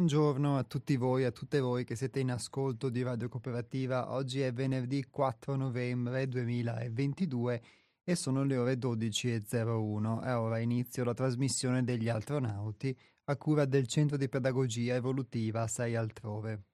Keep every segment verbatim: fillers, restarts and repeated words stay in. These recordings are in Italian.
buongiorno a tutti voi, a tutte voi che siete in ascolto di Radio Cooperativa. Oggi è venerdì quattro novembre duemilaventidue e sono le ore dodici e zero uno e ora inizio la trasmissione degli astronauti a cura del Centro di Pedagogia Evolutiva sei Altrove.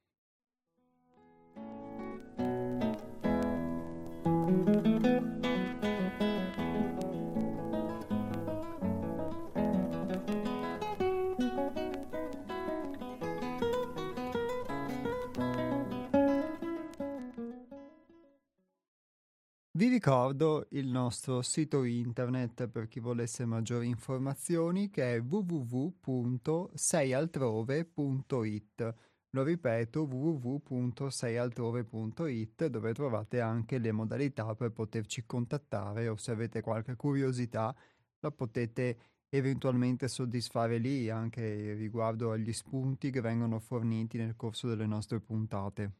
Vi ricordo il nostro sito internet per chi volesse maggiori informazioni, che è w w w punto sei altrove punto i t. Lo ripeto, w w w punto sei altrove punto i t, dove trovate anche le modalità per poterci contattare o se avete qualche curiosità la potete eventualmente soddisfare lì, anche riguardo agli spunti che vengono forniti nel corso delle nostre puntate.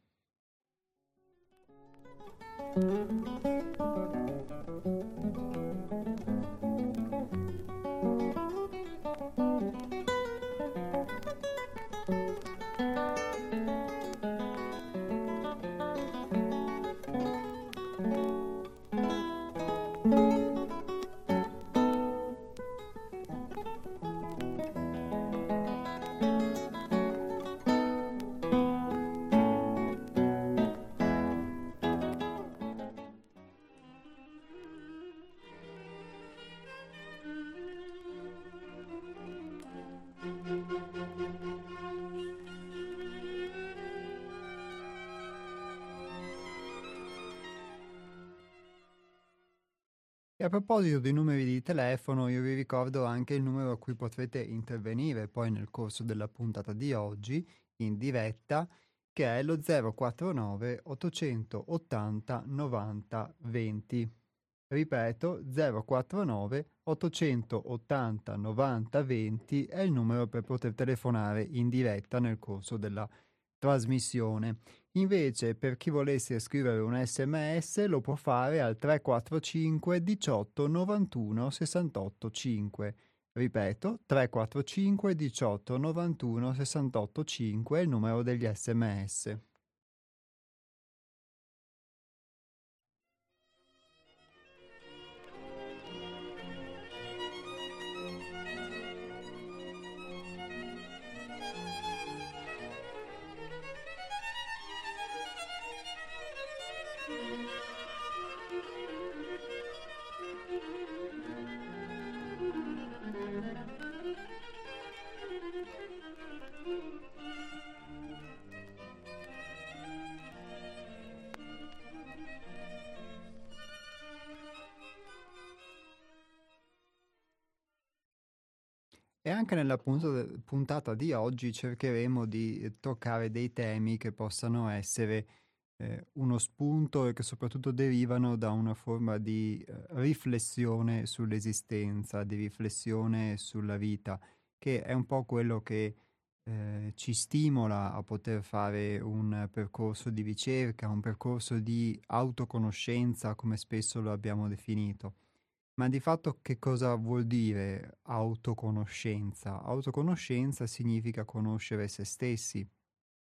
E a proposito di numeri di telefono, io vi ricordo anche il numero a cui potrete intervenire poi nel corso della puntata di oggi, in diretta, che è lo zero quattro nove ottocentottanta novanta venti. Ripeto, zero quattro nove ottocentottanta novanta venti è il numero per poter telefonare in diretta nel corso della trasmissione. Invece, per chi volesse scrivere un sms, lo può fare al tre quattro cinque diciotto novantuno sessantotto cinque. Ripeto, tre quattro cinque diciotto novantuno sessantotto cinque è il numero degli sms. E anche nella punto- puntata di oggi cercheremo di eh, toccare dei temi che possano essere eh, uno spunto e che soprattutto derivano da una forma di eh, riflessione sull'esistenza, di riflessione sulla vita, che è un po' quello che eh, ci stimola a poter fare un percorso di ricerca, un percorso di autoconoscenza, come spesso lo abbiamo definito. Ma di fatto che cosa vuol dire autoconoscenza? Autoconoscenza significa conoscere se stessi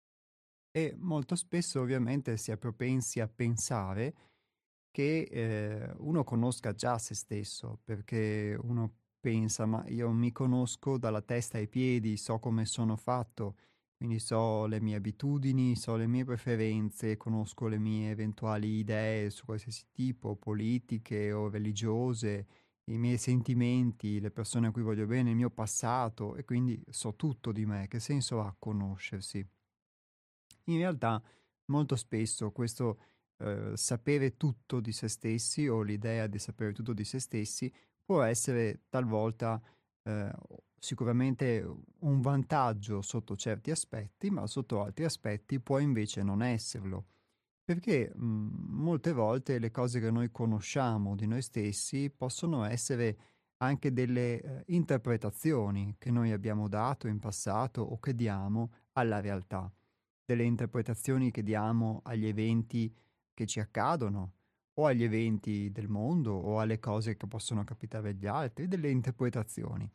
e molto spesso ovviamente si è propensi a pensare che eh, uno conosca già se stesso, perché uno pensa, ma io mi conosco dalla testa ai piedi, so come sono fatto, quindi so le mie abitudini, so le mie preferenze, conosco le mie eventuali idee su qualsiasi tipo, politiche o religiose, i miei sentimenti, le persone a cui voglio bene, il mio passato e quindi so tutto di me. Che senso ha conoscersi? In realtà molto spesso questo eh, sapere tutto di se stessi o l'idea di sapere tutto di se stessi può essere talvolta eh, sicuramente un vantaggio sotto certi aspetti, ma sotto altri aspetti può invece non esserlo. Perché mh, molte volte le cose che noi conosciamo di noi stessi possono essere anche delle eh, interpretazioni che noi abbiamo dato in passato o che diamo alla realtà, delle interpretazioni che diamo agli eventi che ci accadono o agli eventi del mondo o alle cose che possono capitare agli altri, delle interpretazioni,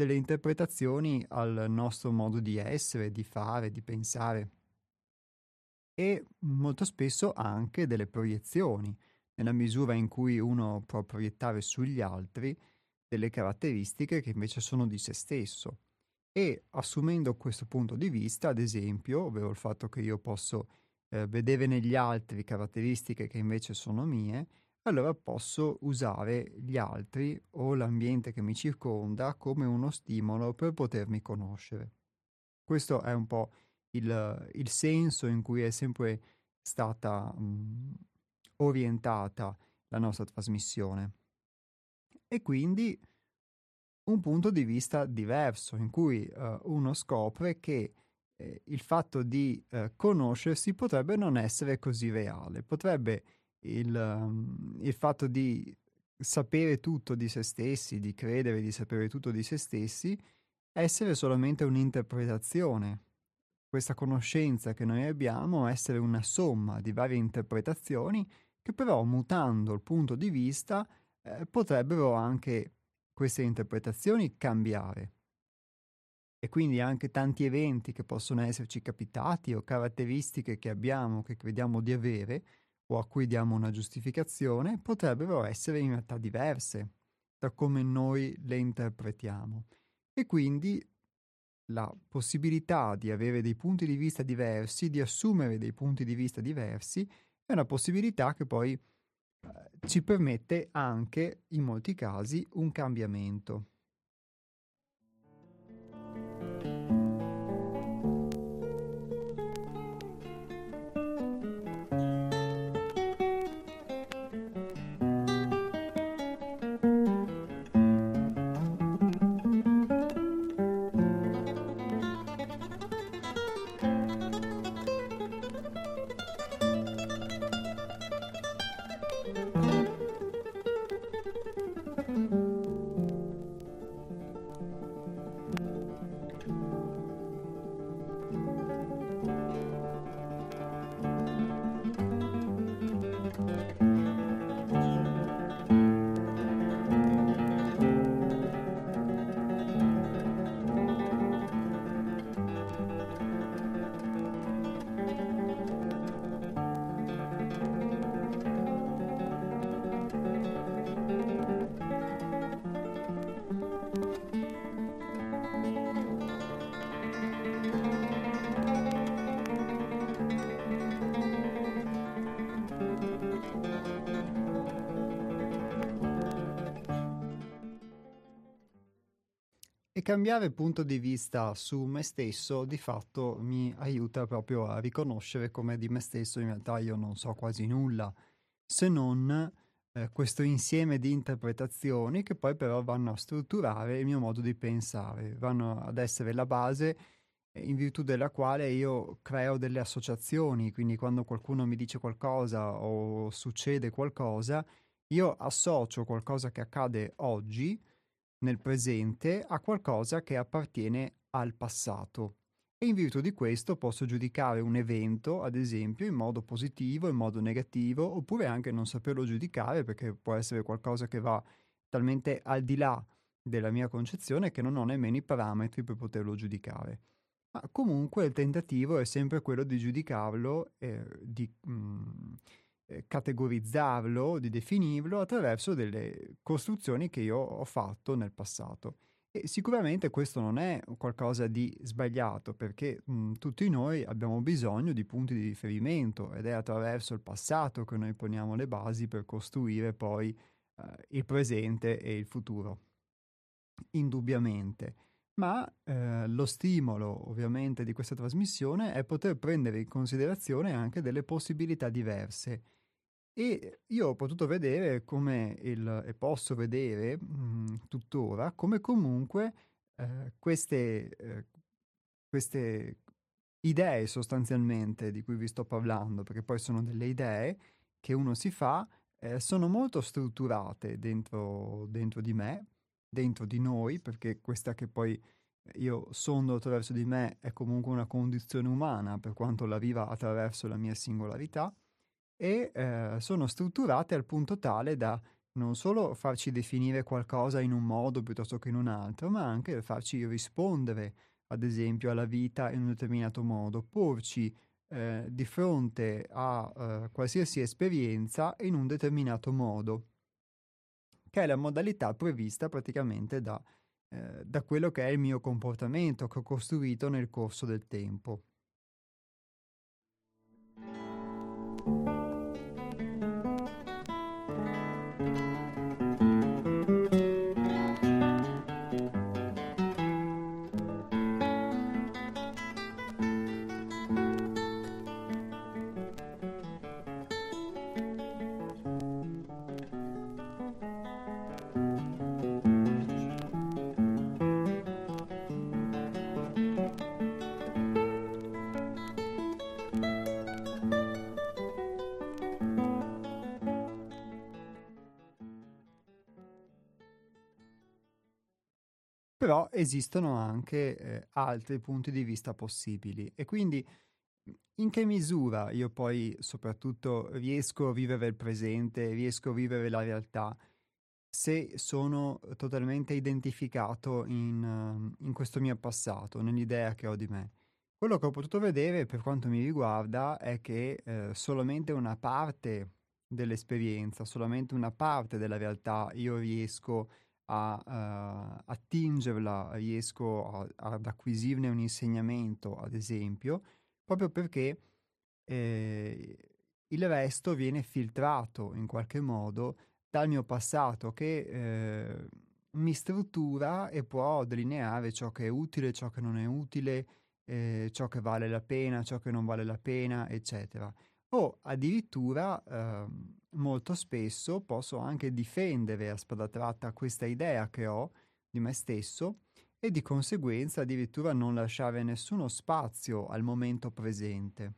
delle interpretazioni al nostro modo di essere, di fare, di pensare e molto spesso anche delle proiezioni, nella misura in cui uno può proiettare sugli altri delle caratteristiche che invece sono di se stesso. E assumendo questo punto di vista, ad esempio, ovvero il fatto che io posso eh, vedere negli altri caratteristiche che invece sono mie, allora posso usare gli altri o l'ambiente che mi circonda come uno stimolo per potermi conoscere. Questo è un po' il, il senso in cui è sempre stata mh, orientata la nostra trasmissione. E quindi un punto di vista diverso in cui eh, uno scopre che eh, il fatto di eh, conoscersi potrebbe non essere così reale, potrebbe il, um, il fatto di sapere tutto di se stessi, di credere di sapere tutto di se stessi, essere solamente un'interpretazione. Questa conoscenza che noi abbiamo essere una somma di varie interpretazioni che però mutando il punto di vista eh, potrebbero anche queste interpretazioni cambiare. E quindi anche tanti eventi che possono esserci capitati o caratteristiche che abbiamo, che crediamo di avere o a cui diamo una giustificazione, potrebbero essere in realtà diverse da come noi le interpretiamo. E quindi la possibilità di avere dei punti di vista diversi, di assumere dei punti di vista diversi, è una possibilità che poi eh, ci permette anche, in molti casi, un cambiamento. E cambiare punto di vista su me stesso di fatto mi aiuta proprio a riconoscere come di me stesso in realtà io non so quasi nulla, se non eh, questo insieme di interpretazioni che poi però vanno a strutturare il mio modo di pensare, vanno ad essere la base eh, in virtù della quale io creo delle associazioni, quindi quando qualcuno mi dice qualcosa o succede qualcosa, io associo qualcosa che accade oggi nel presente a qualcosa che appartiene al passato. E in virtù di questo posso giudicare un evento, ad esempio, in modo positivo, in modo negativo, oppure anche non saperlo giudicare perché può essere qualcosa che va talmente al di là della mia concezione che non ho nemmeno i parametri per poterlo giudicare. Ma comunque il tentativo è sempre quello di giudicarlo, eh, di mm, eh, categorizzarlo, di definirlo attraverso delle costruzioni che io ho fatto nel passato. E sicuramente questo non è qualcosa di sbagliato, perché mh, tutti noi abbiamo bisogno di punti di riferimento ed è attraverso il passato che noi poniamo le basi per costruire poi eh, il presente e il futuro, indubbiamente. Ma eh, lo stimolo ovviamente di questa trasmissione è poter prendere in considerazione anche delle possibilità diverse e io ho potuto vedere come il e posso vedere, mhmm, tuttora, come comunque, ehm, queste ehm, queste idee sostanzialmente di cui vi sto parlando, perché poi sono delle idee che uno si fa, ehm, sono molto strutturate dentro dentro di me, dentro di noi, perché questa che poi io sondo attraverso di me è comunque una condizione umana, per quanto la viva attraverso la mia singolarità e eh, sono strutturate al punto tale da non solo farci definire qualcosa in un modo piuttosto che in un altro, ma anche farci rispondere, ad esempio, alla vita in un determinato modo, porci eh, di fronte a eh, qualsiasi esperienza in un determinato modo, che è la modalità prevista praticamente da, eh, da quello che è il mio comportamento che ho costruito nel corso del tempo. Però esistono anche eh, altri punti di vista possibili e quindi mh, in che misura io poi soprattutto riesco a vivere il presente, riesco a vivere la realtà, se sono totalmente identificato in, ehm, in questo mio passato, nell'idea che ho di me. Quello che ho potuto vedere per quanto mi riguarda è che eh, solamente una parte dell'esperienza, solamente una parte della realtà io riesco a eh, attingerla, riesco a- ad acquisirne un insegnamento, ad esempio, proprio perché eh, il resto viene filtrato in qualche modo dal mio passato che eh, mi struttura e può delineare ciò che è utile, ciò che non è utile, eh, ciò che vale la pena, ciò che non vale la pena, eccetera. O addirittura ehm, molto spesso posso anche difendere a spada tratta questa idea che ho di me stesso e di conseguenza addirittura non lasciare nessuno spazio al momento presente.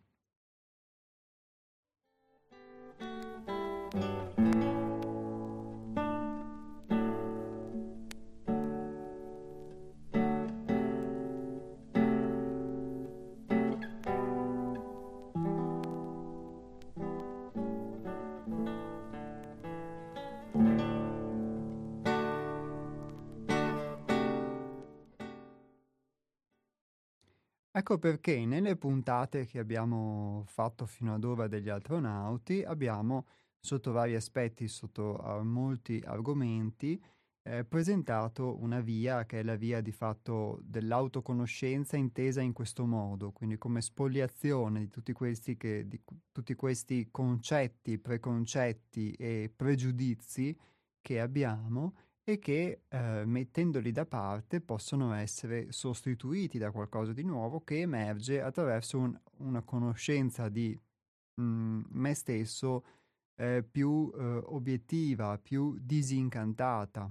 Ecco perché nelle puntate che abbiamo fatto fino ad ora degli astronauti abbiamo, sotto vari aspetti, sotto a molti argomenti, eh, presentato una via che è la via di fatto dell'autoconoscenza intesa in questo modo, quindi come spoliazione di tutti questi, che, di cu- tutti questi concetti, preconcetti e pregiudizi che abbiamo e che, ehm, mettendoli da parte, possono essere sostituiti da qualcosa di nuovo che emerge attraverso un una conoscenza di, mhmm, me stesso, ehm, più, uhm, obiettiva, più disincantata.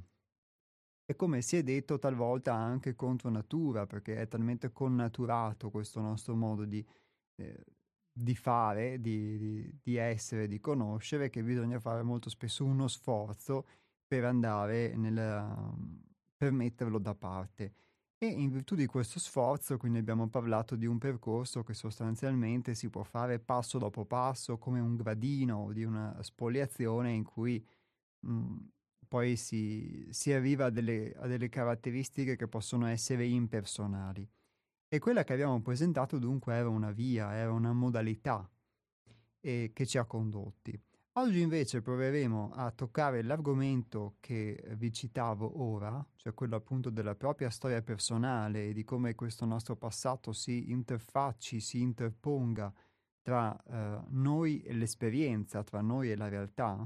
E come si è detto talvolta anche contro natura, perché è talmente connaturato questo nostro modo di ehm, di fare, di di di essere, di conoscere, che bisogna fare molto spesso uno sforzo per andare nel mhmm, per metterlo da parte. E in virtù di questo sforzo, quindi abbiamo parlato di un percorso che sostanzialmente si può fare passo dopo passo, come un gradino di una spoliazione in cui, mhmm, poi si si arriva a delle a delle caratteristiche che possono essere impersonali. E quella che abbiamo presentato dunque era una via, era una modalità, ehm, che ci ha condotti. Oggi invece proveremo a toccare l'argomento che eh, vi citavo ora, cioè quello appunto della propria storia personale e di come questo nostro passato si interfacci, si interponga tra, ehm, noi e l'esperienza, tra noi e la realtà,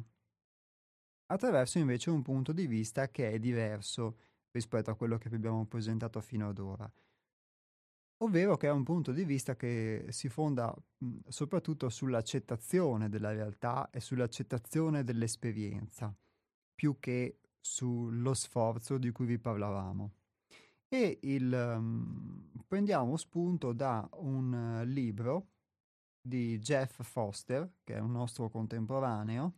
attraverso invece un punto di vista che è diverso rispetto a quello che vi abbiamo presentato fino ad ora. Ovvero che è un punto di vista che si fonda, mhmm, soprattutto sull'accettazione della realtà e sull'accettazione dell'esperienza, più che sullo sforzo di cui vi parlavamo. E il mhmm, prendiamo spunto da un eh, libro di Jeff Foster, che è un nostro contemporaneo,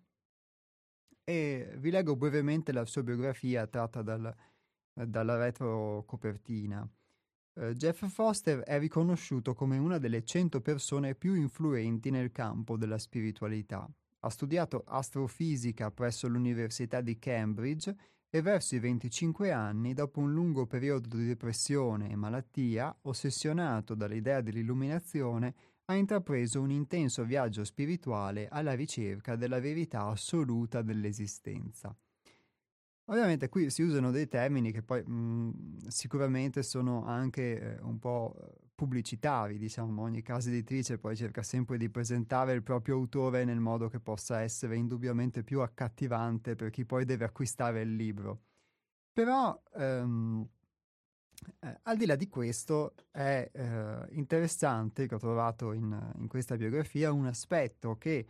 e vi leggo brevemente la sua biografia tratta dal dalla retrocopertina. Eh, Jeff Foster è riconosciuto come una delle cento persone più influenti nel campo della spiritualità. Ha studiato astrofisica presso l'Università di Cambridge e verso i venticinque anni, dopo un lungo periodo di depressione e malattia, ossessionato dall'idea dell'illuminazione, ha intrapreso un intenso viaggio spirituale alla ricerca della verità assoluta dell'esistenza. Ovviamente qui si usano dei termini che poi mh, sicuramente sono anche eh, un po' eh, pubblicitari, diciamo, ogni casa editrice poi cerca sempre di presentare il proprio autore nel modo che possa essere indubbiamente più accattivante per chi poi deve acquistare il libro. Però ehm, eh, al di là di questo è eh, interessante che ho trovato in, in questa biografia un aspetto che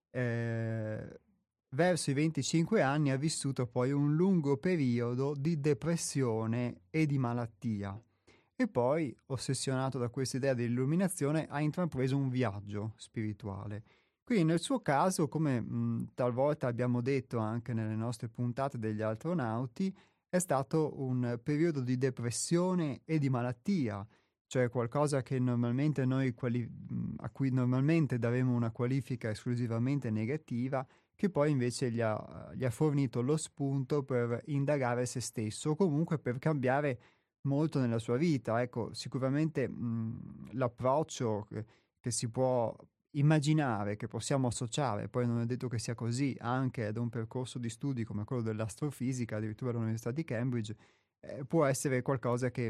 eh, verso i venticinque anni ha vissuto poi un lungo periodo di depressione e di malattia e poi, ossessionato da questa idea dell'illuminazione, ha intrapreso un viaggio spirituale. Quindi nel suo caso, come mh, talvolta abbiamo detto anche nelle nostre puntate degli astronauti, è stato un periodo di depressione e di malattia, cioè qualcosa che normalmente noi quali- mh, a cui normalmente daremo una qualifica esclusivamente negativa, che poi invece gli ha, gli ha fornito lo spunto per indagare se stesso o comunque per cambiare molto nella sua vita. Ecco, sicuramente mh, l'approccio che, che si può immaginare, che possiamo associare, poi non è detto che sia così, anche ad un percorso di studi come quello dell'astrofisica, addirittura all'Università di Cambridge, eh, può essere qualcosa che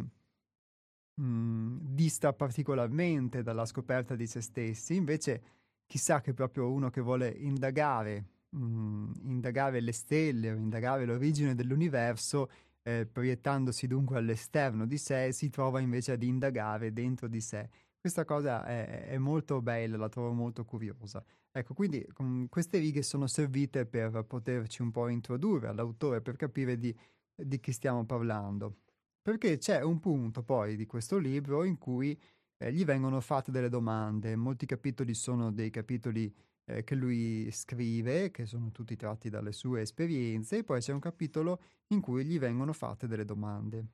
mh, dista particolarmente dalla scoperta di se stessi. Invece, chissà che proprio uno che vuole indagare, mh, indagare le stelle o indagare l'origine dell'universo, eh, proiettandosi dunque all'esterno di sé, si trova invece ad indagare dentro di sé. Questa cosa è, è molto bella, la trovo molto curiosa. Ecco, quindi com, queste righe sono servite per poterci un po' introdurre all'autore, per capire di, di chi stiamo parlando. Perché c'è un punto poi di questo libro in cui eh, gli vengono fatte delle domande. Molti capitoli sono dei capitoli eh, che lui scrive, che sono tutti tratti dalle sue esperienze, e poi c'è un capitolo in cui gli vengono fatte delle domande.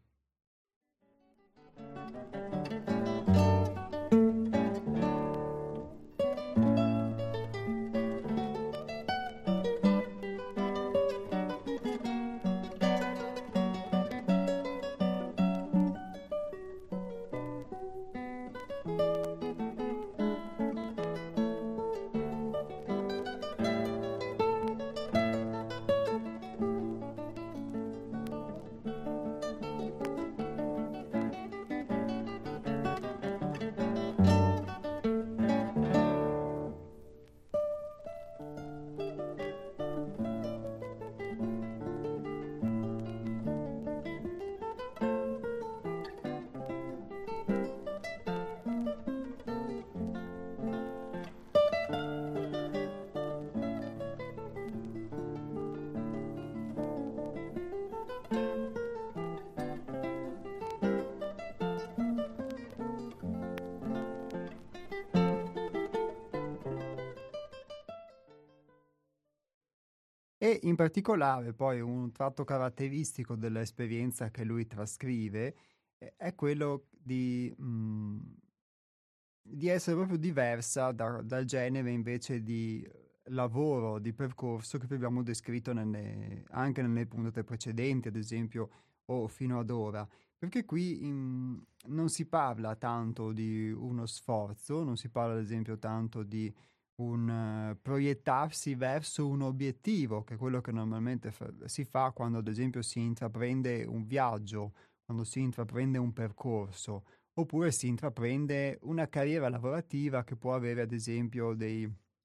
E in particolare poi un tratto caratteristico dell'esperienza che lui trascrive eh, è quello di, mh, di essere proprio diversa da- dal genere invece di lavoro, di percorso che abbiamo descritto nelle- anche nelle puntate precedenti, ad esempio, o fino ad ora. Perché qui in- non si parla tanto di uno sforzo, non si parla ad esempio tanto di un eh, proiettarsi verso un obiettivo, che è quello che normalmente fa- si fa quando ad esempio si intraprende un viaggio, quando si intraprende un percorso, oppure si intraprende una carriera lavorativa che può avere ad esempio dei,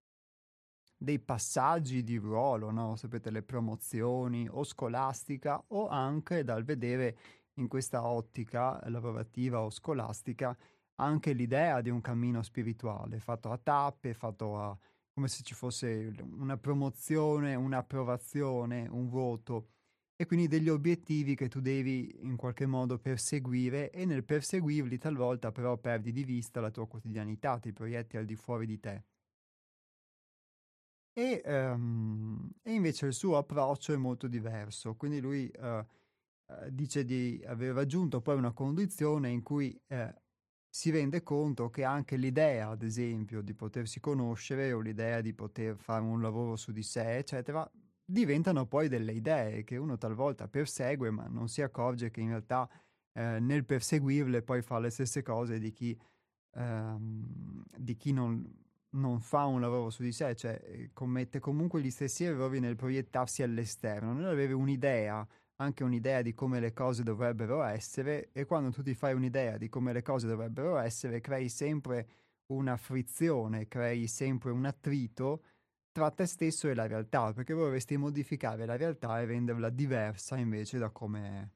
dei passaggi di ruolo, no? Sapete, le promozioni o scolastica o anche dal vedere in questa ottica lavorativa o scolastica anche l'idea di un cammino spirituale fatto a tappe, fatto a come se ci fosse una promozione, un'approvazione, un voto e quindi degli obiettivi che tu devi in qualche modo perseguire e nel perseguirli talvolta però perdi di vista la tua quotidianità, ti proietti al di fuori di te. E, ehm, e invece il suo approccio è molto diverso, quindi lui eh, eh, dice di aver raggiunto poi una condizione in cui eh, si rende conto che anche l'idea, ad esempio, di potersi conoscere o l'idea di poter fare un lavoro su di sé, eccetera, diventano poi delle idee che uno talvolta persegue, ma non si accorge che in realtà eh, nel perseguirle poi fa le stesse cose di chi, ehm, di chi non, non fa un lavoro su di sé, cioè eh, commette comunque gli stessi errori nel proiettarsi all'esterno, nell'avere un'idea, anche un'idea di come le cose dovrebbero essere, e quando tu ti fai un'idea di come le cose dovrebbero essere, crei sempre una frizione, crei sempre un attrito tra te stesso e la realtà, perché vorresti modificare la realtà e renderla diversa invece da come è.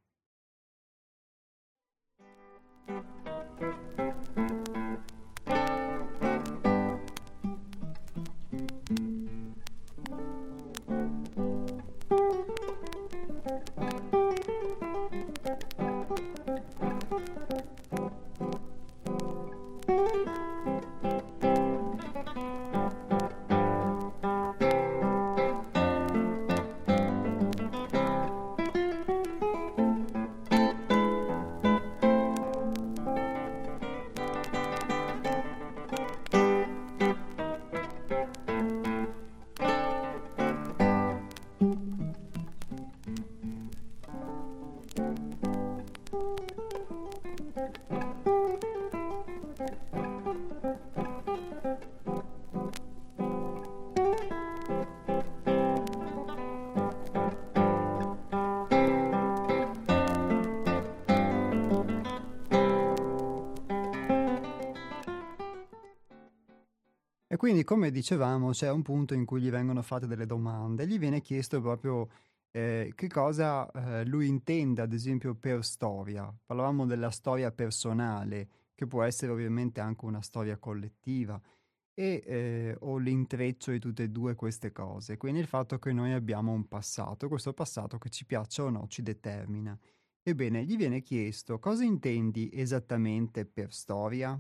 E quindi, come dicevamo, c'è un punto in cui gli vengono fatte delle domande. Gli viene chiesto proprio eh, che cosa eh, lui intende, ad esempio, per storia. Parlavamo della storia personale, che può essere ovviamente anche una storia collettiva, e, eh, o l'intreccio di tutte e due queste cose. Quindi il fatto che noi abbiamo un passato, questo passato che ci piaccia o no ci determina. Ebbene, gli viene chiesto cosa intendi esattamente per storia?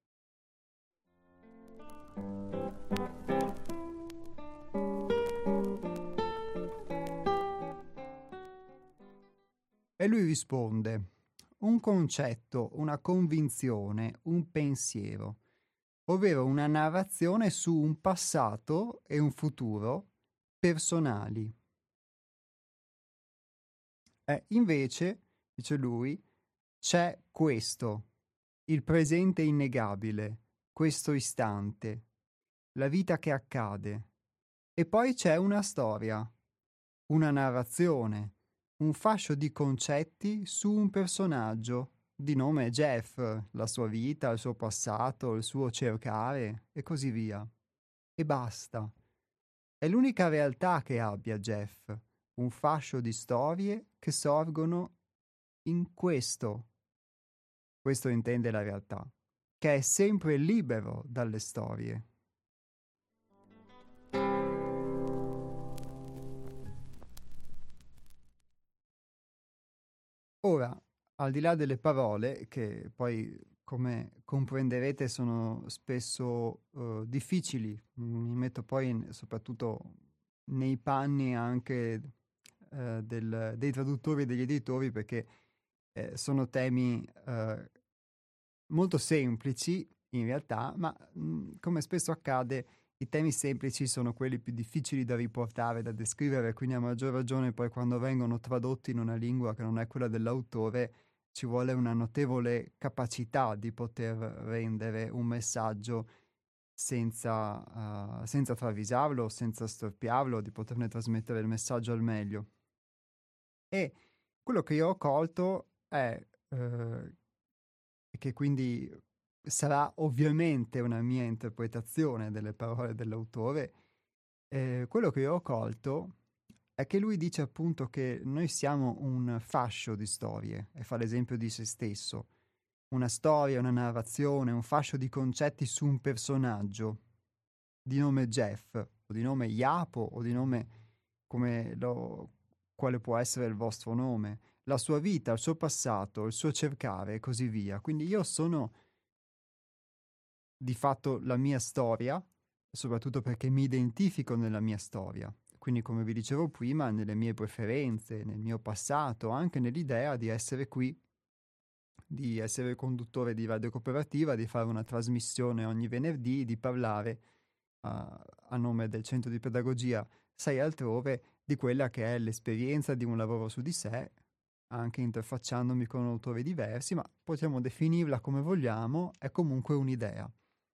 E lui risponde: un concetto, una convinzione, un pensiero, ovvero una narrazione su un passato e un futuro personali. E invece, dice lui, c'è questo, il presente innegabile, questo istante, la vita che accade. E poi c'è una storia, una narrazione, un fascio di concetti su un personaggio di nome Jeff, la sua vita, il suo passato, il suo cercare e così via. E basta. È l'unica realtà che abbia Jeff, un fascio di storie che sorgono in questo. Questo intende la realtà, che è sempre libero dalle storie. Ora, al di là delle parole, che poi, come comprenderete, sono spesso eh, difficili, mi metto poi in- soprattutto nei panni anche eh, del- dei traduttori e degli editori, perché eh, sono temi eh, molto semplici in realtà, ma mh, come spesso accade, i temi semplici sono quelli più difficili da riportare, da descrivere, quindi a maggior ragione poi quando vengono tradotti in una lingua che non è quella dell'autore, ci vuole una notevole capacità di poter rendere un messaggio senza, uh, senza travisarlo, senza storpiarlo, di poterne trasmettere il messaggio al meglio. E quello che io ho colto è eh, che quindi sarà ovviamente una mia interpretazione delle parole dell'autore. Eh, quello che io ho colto è che lui dice appunto che noi siamo un fascio di storie e fa l'esempio di se stesso, una storia, una narrazione, un fascio di concetti su un personaggio di nome Jeff o di nome Japo o di nome come lo, quale può essere il vostro nome, la sua vita, il suo passato, il suo cercare e così via. Quindi io sono di fatto la mia storia, soprattutto perché mi identifico nella mia storia. Quindi, come vi dicevo prima, nelle mie preferenze, nel mio passato, anche nell'idea di essere qui di essere conduttore di Radio Cooperativa, di fare una trasmissione ogni venerdì, di parlare a, a nome del Centro di Pedagogia Sei Altrove di quella che è l'esperienza di un lavoro su di sé, anche interfacciandomi con autori diversi, ma possiamo definirla come vogliamo, è comunque un'idea,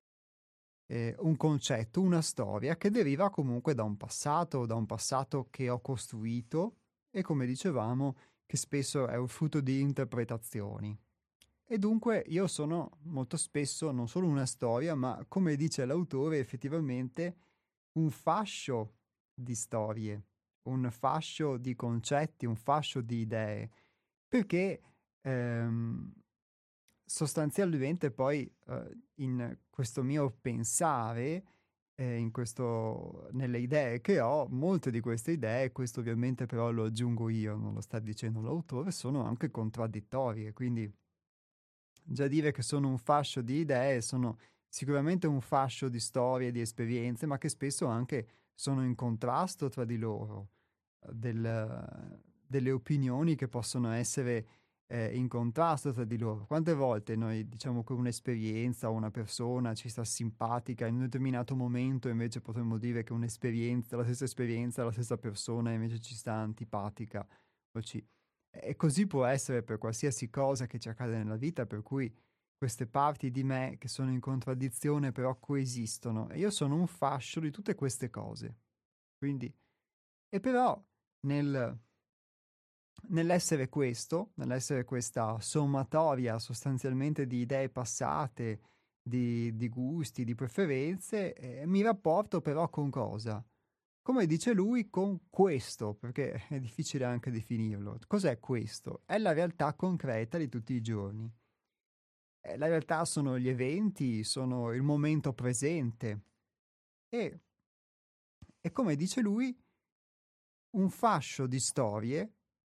eh, un concetto, una storia che deriva comunque da un passato, da un passato che ho costruito e, come dicevamo, che spesso è un frutto di interpretazioni. E dunque io sono molto spesso non solo una storia, ma come dice l'autore, effettivamente un fascio di storie, un fascio di concetti, un fascio di idee, perché ehm, sostanzialmente poi eh, in questo mio pensare, eh, in questo, nelle idee che ho, molte di queste idee, questo ovviamente però lo aggiungo io, non lo sta dicendo l'autore, sono anche contraddittorie, quindi già dire che sono un fascio di idee, sono sicuramente un fascio di storie, di esperienze, ma che spesso anche sono in contrasto tra di loro, eh, del- delle opinioni che possono essere eh, in contrasto tra di loro. Quante volte noi diciamo che un'esperienza o una persona ci sta simpatica in un determinato momento, invece potremmo dire che un'esperienza, la stessa esperienza, la stessa persona invece ci sta antipatica o ci e così può essere per qualsiasi cosa che ci accade nella vita, per cui queste parti di me che sono in contraddizione però coesistono e io sono un fascio di tutte queste cose. Quindi, e però nel, nell'essere questo, nell'essere questa sommatoria sostanzialmente di idee passate, di, di gusti, di preferenze, eh, mi rapporto però con cosa? Come dice lui, con questo, perché è difficile anche definirlo. Cos'è questo? È la realtà concreta di tutti i giorni. Eh, la realtà sono gli eventi, sono il momento presente e, e come dice lui, un fascio di storie,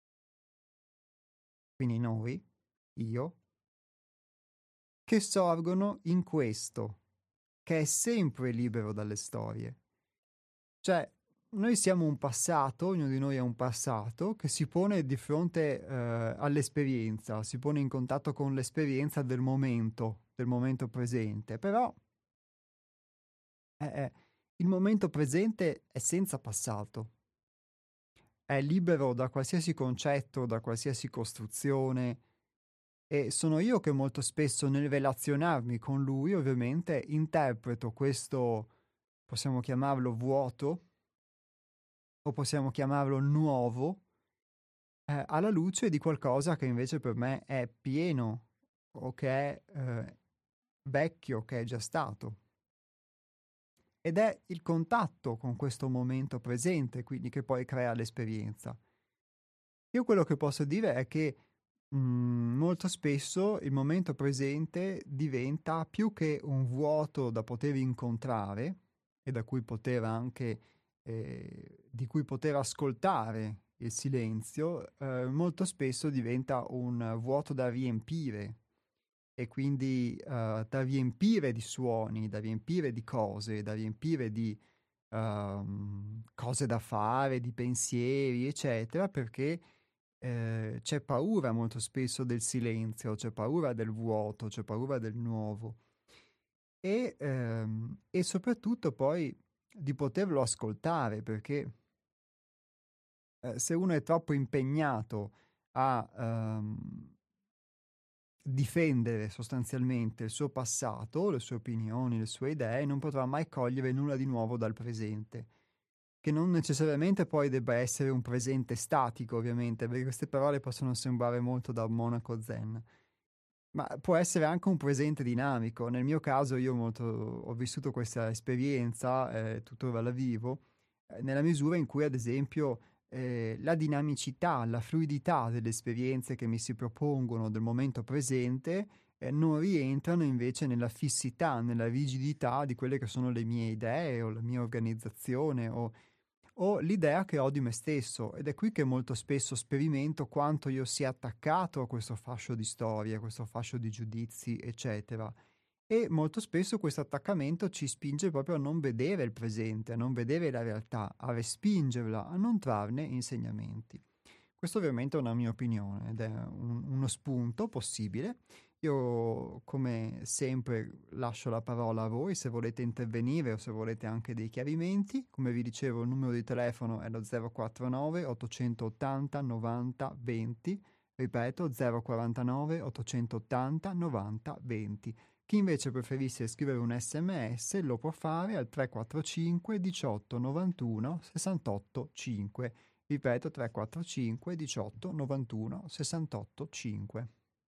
quindi noi, io, che sorgono in questo, che è sempre libero dalle storie. Cioè, noi siamo un passato, ognuno di noi è un passato che si pone di fronte eh, all'esperienza, si pone in contatto con l'esperienza del momento, del momento presente, però eh, eh, il momento presente è senza passato, è libero da qualsiasi concetto, da qualsiasi costruzione e sono io che molto spesso nel relazionarmi con lui, ovviamente, interpreto questo, possiamo chiamarlo vuoto, o possiamo chiamarlo nuovo, eh, alla luce di qualcosa che invece per me è pieno o che è eh, vecchio, che è già stato. Ed è il contatto con questo momento presente, quindi che poi crea l'esperienza. Io quello che posso dire è che mh, molto spesso il momento presente diventa più che un vuoto da poter incontrare e da cui poter anche, eh, di cui poter ascoltare il silenzio, eh, molto spesso diventa un vuoto da riempire e quindi eh, da riempire di suoni, da riempire di cose, da riempire di ehm, cose da fare, di pensieri, eccetera, perché eh, c'è paura molto spesso del silenzio, c'è paura del vuoto, c'è paura del nuovo e, ehm, e soprattutto poi di poterlo ascoltare, perché eh, se uno è troppo impegnato a ehm, difendere sostanzialmente il suo passato, le sue opinioni, le sue idee, non potrà mai cogliere nulla di nuovo dal presente, che non necessariamente poi debba essere un presente statico, ovviamente, perché queste parole possono sembrare molto da monaco zen, ma può essere anche un presente dinamico. Nel mio caso io molto, ho vissuto questa esperienza, eh, tuttora la vivo, eh, nella misura in cui, ad esempio, eh, la dinamicità, la fluidità delle esperienze che mi si propongono del momento presente eh, non rientrano invece nella fissità, nella rigidità di quelle che sono le mie idee o la mia organizzazione o o l'idea che ho di me stesso ed è qui che molto spesso sperimento quanto io sia attaccato a questo fascio di storie, a questo fascio di giudizi, eccetera. E molto spesso questo attaccamento ci spinge proprio a non vedere il presente, a non vedere la realtà, a respingerla, a non trarne insegnamenti. Questo ovviamente è una mia opinione ed è un- uno spunto possibile. Io, come sempre, lascio la parola a voi se volete intervenire o se volete anche dei chiarimenti. Come vi dicevo, il numero di telefono è lo zero quattro nove ottocentottanta novanta venti. Ripeto, zero quarantanove ottocentottanta novanta venti. Chi invece preferisse scrivere un sms lo può fare al tre quattro cinque diciotto novantuno sessantotto cinque. Ripeto, tre quattro cinque diciotto novantuno sessantotto cinque.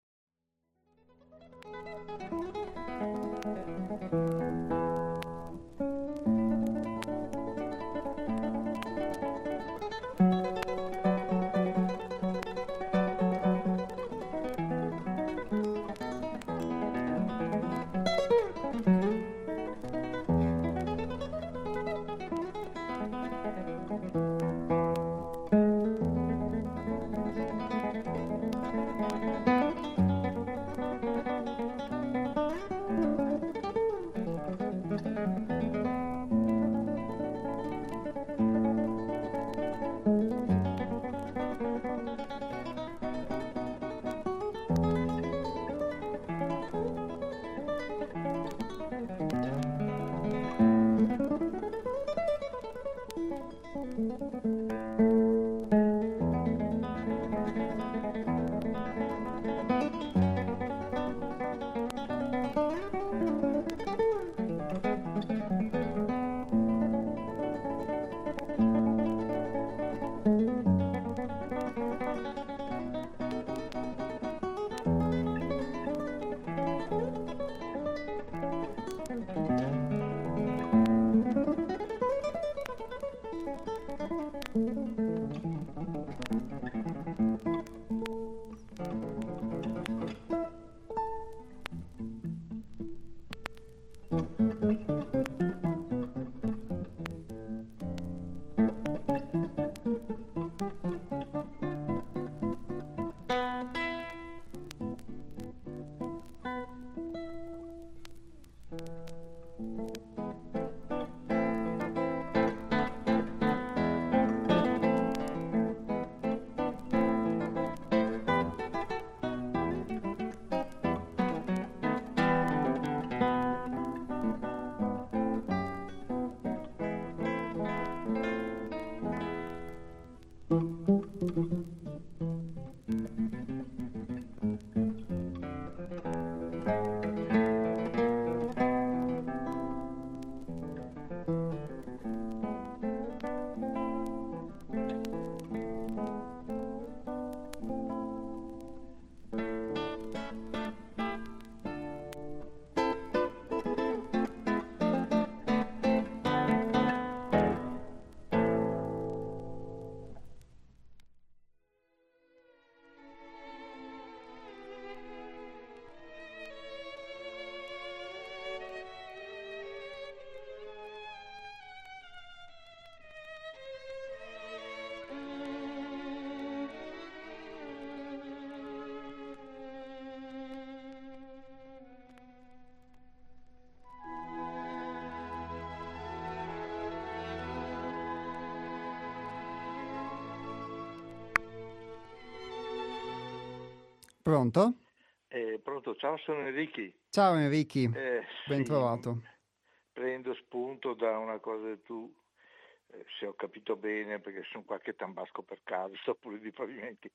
Pronto? Eh, pronto, ciao, sono Enrichi. Ciao Enrichi, Eh, ben sì, mh, trovato. prendo spunto da una cosa che tu, eh, se ho capito bene, perché sono qualche tambasco per caso, sto pure di pavimenti.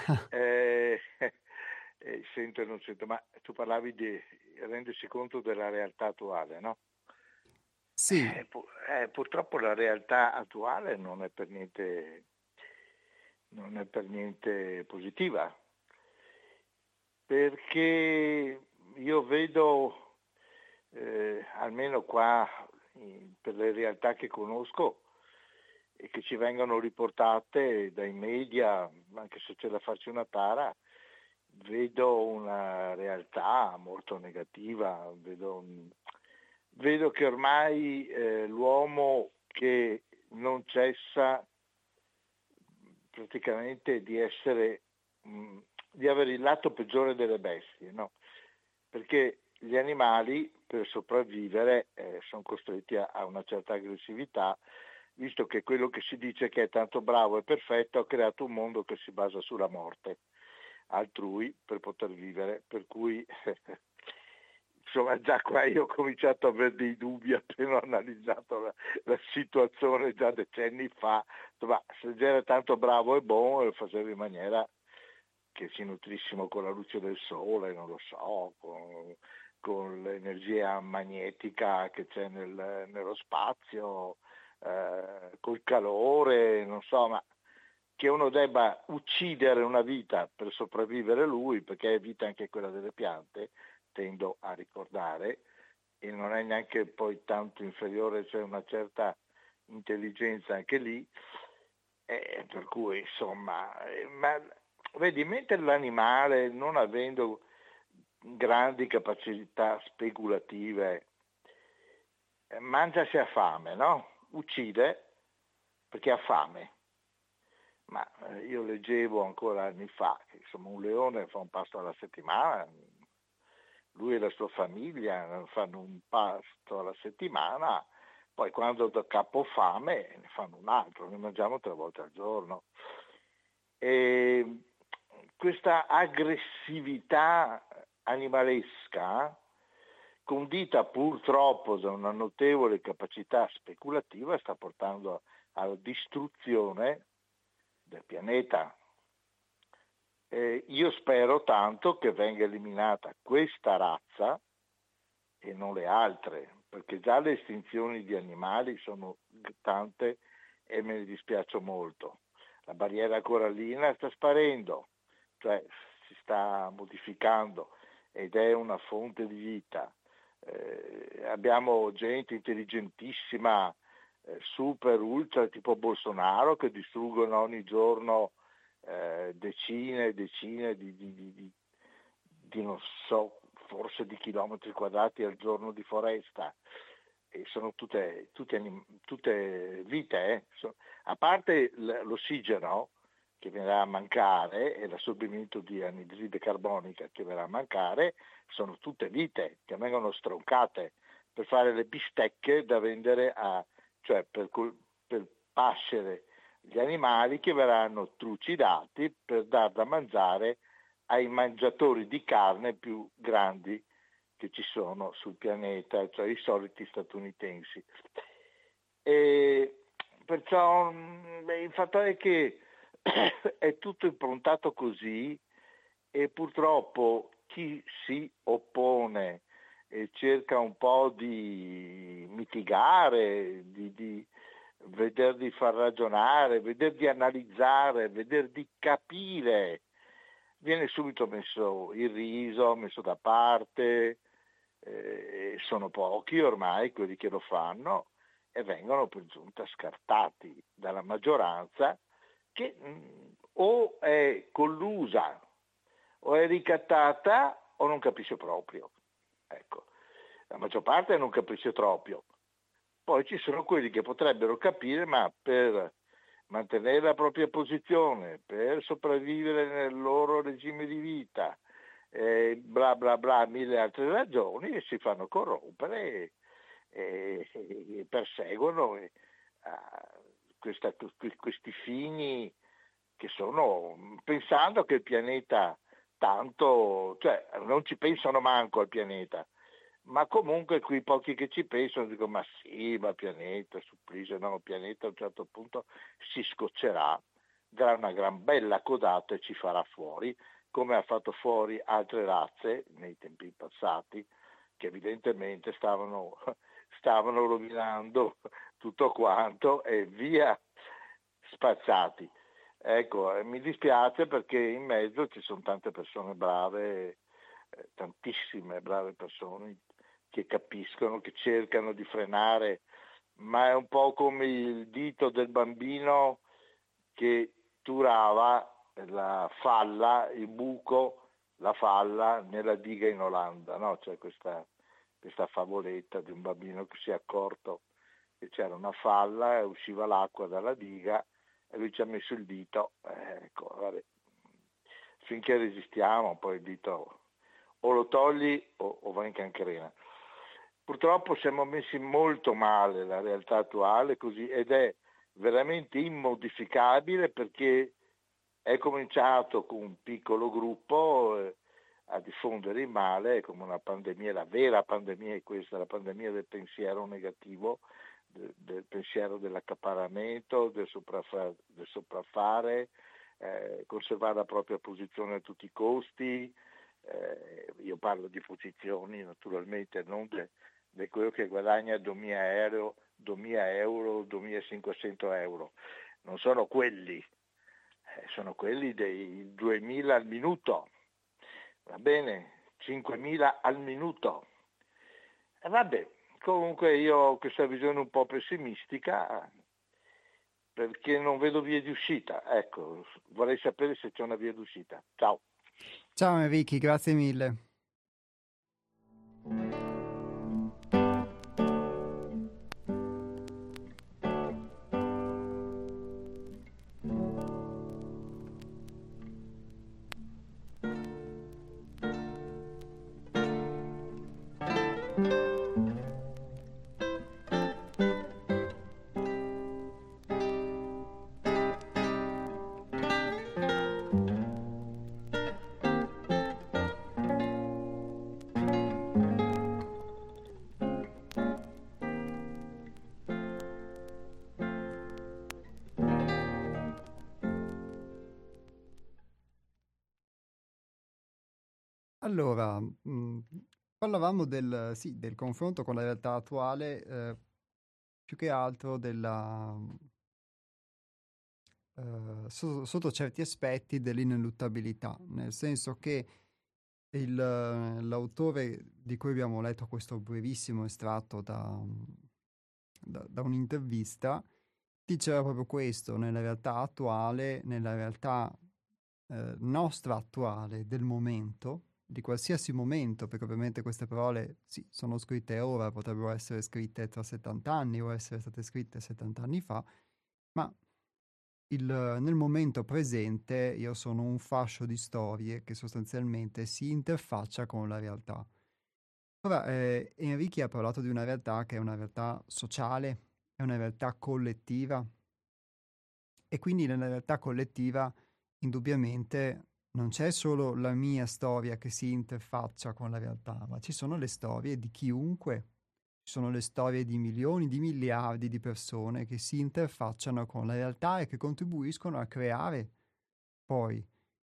Eh, eh, sento e non sento, ma tu parlavi di rendersi conto della realtà attuale, no? Sì, Eh, pu- eh, purtroppo la realtà attuale non è per niente, non è per niente positiva, perché io vedo, eh, almeno qua in- per le realtà che conosco e che ci vengono riportate dai media, anche se c'è da farci una tara, vedo una realtà molto negativa, vedo, vedo che ormai eh, l'uomo che non cessa praticamente di essere, mh, di avere il lato peggiore delle bestie, no? Perché gli animali per sopravvivere eh, sono costretti a, a una certa aggressività visto che quello che si dice che è tanto bravo e perfetto ha creato un mondo che si basa sulla morte altrui per poter vivere, per cui insomma già qua io ho cominciato a avere dei dubbi appena ho analizzato la, la situazione già decenni fa, ma se già era tanto bravo e buono lo faceva in maniera che si nutrissimo con la luce del sole, non lo so, con, con l'energia magnetica che c'è nel, nello spazio, eh, col calore, non so, ma che uno debba uccidere una vita per sopravvivere lui, perché è vita anche quella delle piante, tendo a ricordare, e non è neanche poi tanto inferiore, c'è una certa intelligenza anche lì, eh, per cui insomma, eh, ma vedi, mentre l'animale, non avendo grandi capacità speculative, eh, mangia se ha fame, no? Uccide perché ha fame. Ma eh, io leggevo ancora anni fa che insomma un leone fa un pasto alla settimana, lui e la sua famiglia fanno un pasto alla settimana, poi quando da capofame ne fanno un altro, ne mangiamo tre volte al giorno. E questa aggressività animalesca, condita purtroppo da una notevole capacità speculativa, sta portando alla distruzione del pianeta. Eh, io spero tanto che venga eliminata questa razza e non le altre, perché già le estinzioni di animali sono tante e me ne dispiaccio molto. La barriera corallina sta sparendo, cioè si sta modificando ed è una fonte di vita. Eh, abbiamo gente intelligentissima, eh, super, ultra, tipo Bolsonaro, che distruggono ogni giorno eh, decine e decine di, di, di, di, di non so, forse di chilometri quadrati al giorno di foresta. E sono tutte, tutte, tutte vite, eh. A parte l'ossigeno che verrà a mancare e l'assorbimento di anidride carbonica che verrà a mancare, sono tutte vite che vengono stroncate per fare le bistecche da vendere a, cioè per, per pascere gli animali che verranno trucidati per dar da mangiare ai mangiatori di carne più grandi che ci sono sul pianeta, cioè i soliti statunitensi. E perciò beh, il fatto è che è tutto improntato così e purtroppo chi si oppone e cerca un po' di mitigare, di, di veder di far ragionare, veder di analizzare, veder di capire, viene subito messo il riso, messo da parte, eh, sono pochi ormai quelli che lo fanno e vengono per giunta scartati dalla maggioranza che mh, o è collusa o è ricattata o non capisce proprio. Ecco, la maggior parte non capisce proprio. Poi ci sono quelli che potrebbero capire, ma per mantenere la propria posizione, per sopravvivere nel loro regime di vita, eh, bla bla bla, mille altre ragioni, e si fanno corrompere e, e, e perseguono e, uh, questa, questi fini che sono, pensando che il pianeta tanto, cioè non ci pensano manco al pianeta, ma comunque quei pochi che ci pensano dicono ma sì, ma il pianeta, supplise, no, il pianeta a un certo punto si scoccerà, darà una gran bella codata e ci farà fuori, come ha fatto fuori altre razze nei tempi passati, che evidentemente stavano, stavano rovinando tutto quanto e via spazzati. Ecco, mi dispiace perché in mezzo ci sono tante persone brave, eh, tantissime brave persone che capiscono, che cercano di frenare, ma è un po' come il dito del bambino che turava la falla, il buco, la falla nella diga in Olanda, no? C'è questa, questa favoletta di un bambino che si è accorto che c'era una falla e usciva l'acqua dalla diga e lui ci ha messo il dito, eh, ecco, vabbè. Finché resistiamo poi il dito o lo togli o, o va in cancrena. Purtroppo siamo messi molto male la realtà attuale così, ed è veramente immodificabile, perché è cominciato con un piccolo gruppo eh, a diffondere il male come una pandemia. La vera pandemia è questa, la pandemia del pensiero negativo, del, del pensiero dell'accaparramento, del, sopraffa, del sopraffare, eh, conservare la propria posizione a tutti i costi. Eh, io parlo di posizioni naturalmente, non di quello che guadagna duemila euro, duemila euro, duemilacinquecento euro. Non sono quelli, eh, sono quelli dei duemila al minuto, va bene, cinquemila al minuto. E vabbè, comunque io ho questa visione un po' pessimistica, perché non vedo vie di uscita. Ecco, vorrei sapere se c'è una via d'uscita. Ciao. Ciao Enrico, grazie mille. Allora, mh, parlavamo del, sì, del confronto con la realtà attuale, eh, più che altro della, eh, so- sotto certi aspetti dell'ineluttabilità, nel senso che il, l'autore di cui abbiamo letto questo brevissimo estratto da, da, da un'intervista diceva proprio questo: nella realtà attuale, nella realtà eh, nostra attuale, del momento, di qualsiasi momento, perché ovviamente queste parole sì, sono scritte ora, potrebbero essere scritte tra settanta anni o essere state scritte settanta anni fa, ma il, nel momento presente io sono un fascio di storie che sostanzialmente si interfaccia con la realtà. Ora, eh, Enrichi ha parlato di una realtà che è una realtà sociale, è una realtà collettiva, e quindi nella realtà collettiva indubbiamente non c'è solo la mia storia che si interfaccia con la realtà, ma ci sono le storie di chiunque, ci sono le storie di milioni, di miliardi di persone che si interfacciano con la realtà e che contribuiscono a creare poi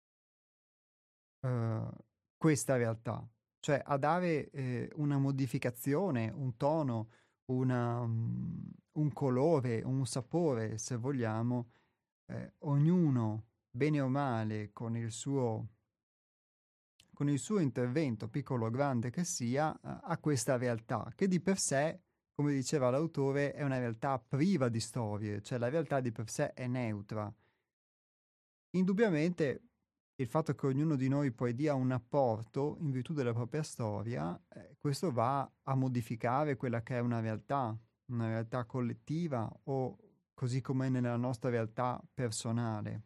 eh, questa realtà, cioè a dare eh, una modificazione, un tono, una, mm, un colore, un sapore, se vogliamo, eh, ognuno, bene o male, con il suo, con il suo intervento, piccolo o grande che sia, a a questa realtà, che di per sé, come diceva l'autore, è una realtà priva di storie, cioè la realtà di per sé è neutra. Indubbiamente il fatto che ognuno di noi poi dia un apporto in virtù della propria storia, eh, questo va a modificare quella che è una realtà, una realtà collettiva o così come nella nostra realtà personale.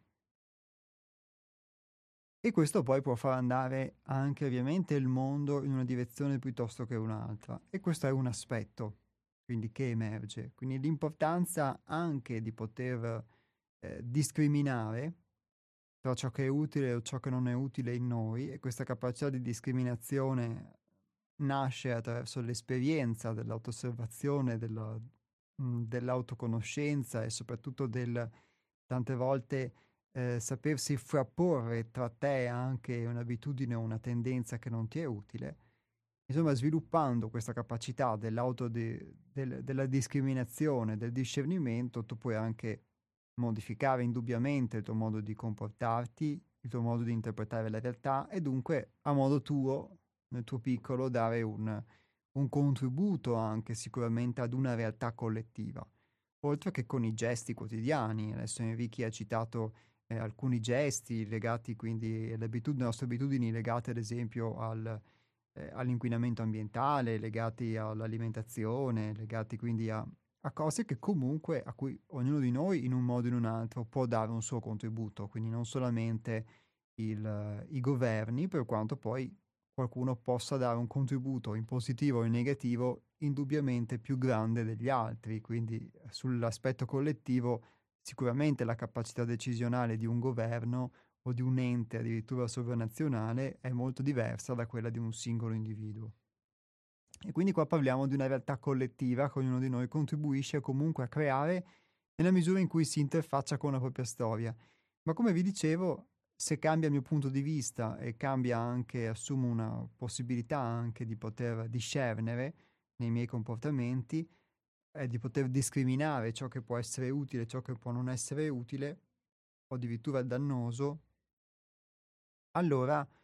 E questo poi può far andare anche ovviamente il mondo in una direzione piuttosto che un'altra. E questo è un aspetto, quindi, che emerge. Quindi l'importanza anche di poter eh, discriminare tra ciò che è utile o ciò che non è utile in noi, e questa capacità di discriminazione nasce attraverso l'esperienza dell'autosservazione, della, mh, dell'autoconoscenza e soprattutto del tante volte eh, sapersi frapporre tra te anche un'abitudine o una tendenza che non ti è utile. Insomma, sviluppando questa capacità dell'auto del- della discriminazione, del discernimento, tu puoi anche modificare indubbiamente il tuo modo di comportarti, il tuo modo di interpretare la realtà e dunque a modo tuo, nel tuo piccolo, dare un, un contributo anche sicuramente ad una realtà collettiva, oltre che con i gesti quotidiani. Adesso Enrichi ha citato eh, alcuni gesti legati quindi alle abitudini, alle nostre abitudini legate ad esempio al, eh, all'inquinamento ambientale, legati all'alimentazione, legati quindi a, a cose che comunque a cui ognuno di noi in un modo o in un altro può dare un suo contributo, quindi non solamente il, i governi, per quanto poi qualcuno possa dare un contributo in positivo o in negativo indubbiamente più grande degli altri, quindi sull'aspetto collettivo sicuramente la capacità decisionale di un governo o di un ente addirittura sovranazionale è molto diversa da quella di un singolo individuo. E quindi qua parliamo di una realtà collettiva che ognuno di noi contribuisce comunque a creare nella misura in cui si interfaccia con la propria storia. Ma come vi dicevo, se cambia il mio punto di vista e cambia anche, assumo una possibilità anche di poter discernere nei miei comportamenti e di poter discriminare ciò che può essere utile e ciò che può non essere utile o addirittura dannoso, allora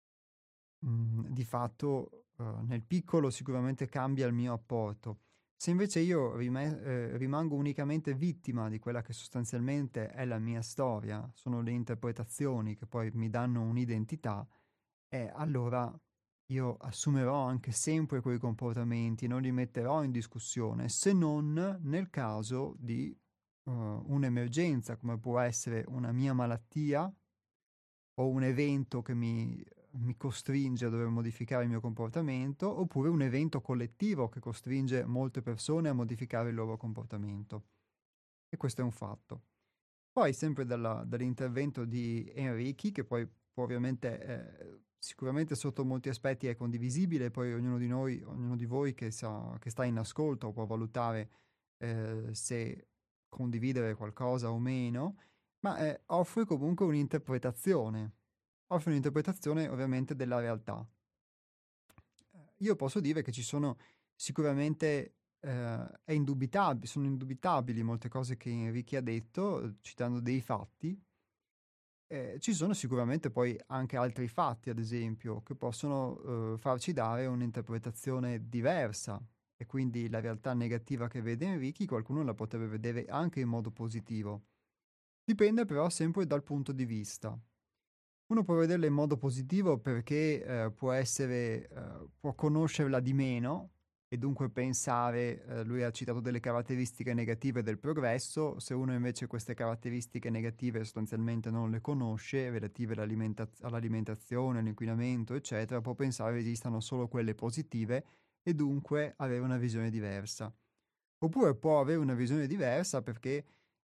mhmm, di fatto, uhm, nel piccolo sicuramente cambia il mio apporto. Se invece io rime ehm, rimango unicamente vittima di quella che sostanzialmente è la mia storia, sono le interpretazioni che poi mi danno un'identità, eh, allora io assumerò anche sempre quei comportamenti, non li metterò in discussione, se non nel caso di, uhm, un'emergenza, come può essere una mia malattia o un evento che mi mi costringe a dover modificare il mio comportamento, oppure un evento collettivo che costringe molte persone a modificare il loro comportamento. E questo è un fatto. Poi sempre dalla dall'intervento di Enrichi, che poi può ovviamente ehm, sicuramente sotto molti aspetti è condivisibile, poi ognuno di noi ognuno di voi che sa che sta in ascolto può valutare, ehm, se condividere qualcosa o meno, ma, ehm, offre comunque un'interpretazione. Offre un'interpretazione ovviamente della realtà. Ehm, io posso dire che ci sono sicuramente ehm, è indubitab sono indubitabili molte cose che Enrichi ha detto, uhm, citando dei fatti. Ehm, ci sono sicuramente poi anche altri fatti, ad esempio, che possono, uhm, farci dare un'interpretazione diversa e quindi la realtà negativa che vede Enrichi qualcuno la potrebbe vedere anche in modo positivo. Dipende però sempre dal punto di vista. Uno può vederla in modo positivo perché, ehm, può essere ehm, può conoscerla di meno e dunque pensare ehm, lui ha citato delle caratteristiche negative del progresso, se uno invece queste caratteristiche negative sostanzialmente non le conosce, relative all'alimentaz all'alimentazione, all'inquinamento, eccetera, può pensare esistano solo quelle positive e dunque avere una visione diversa. Oppure può avere una visione diversa perché,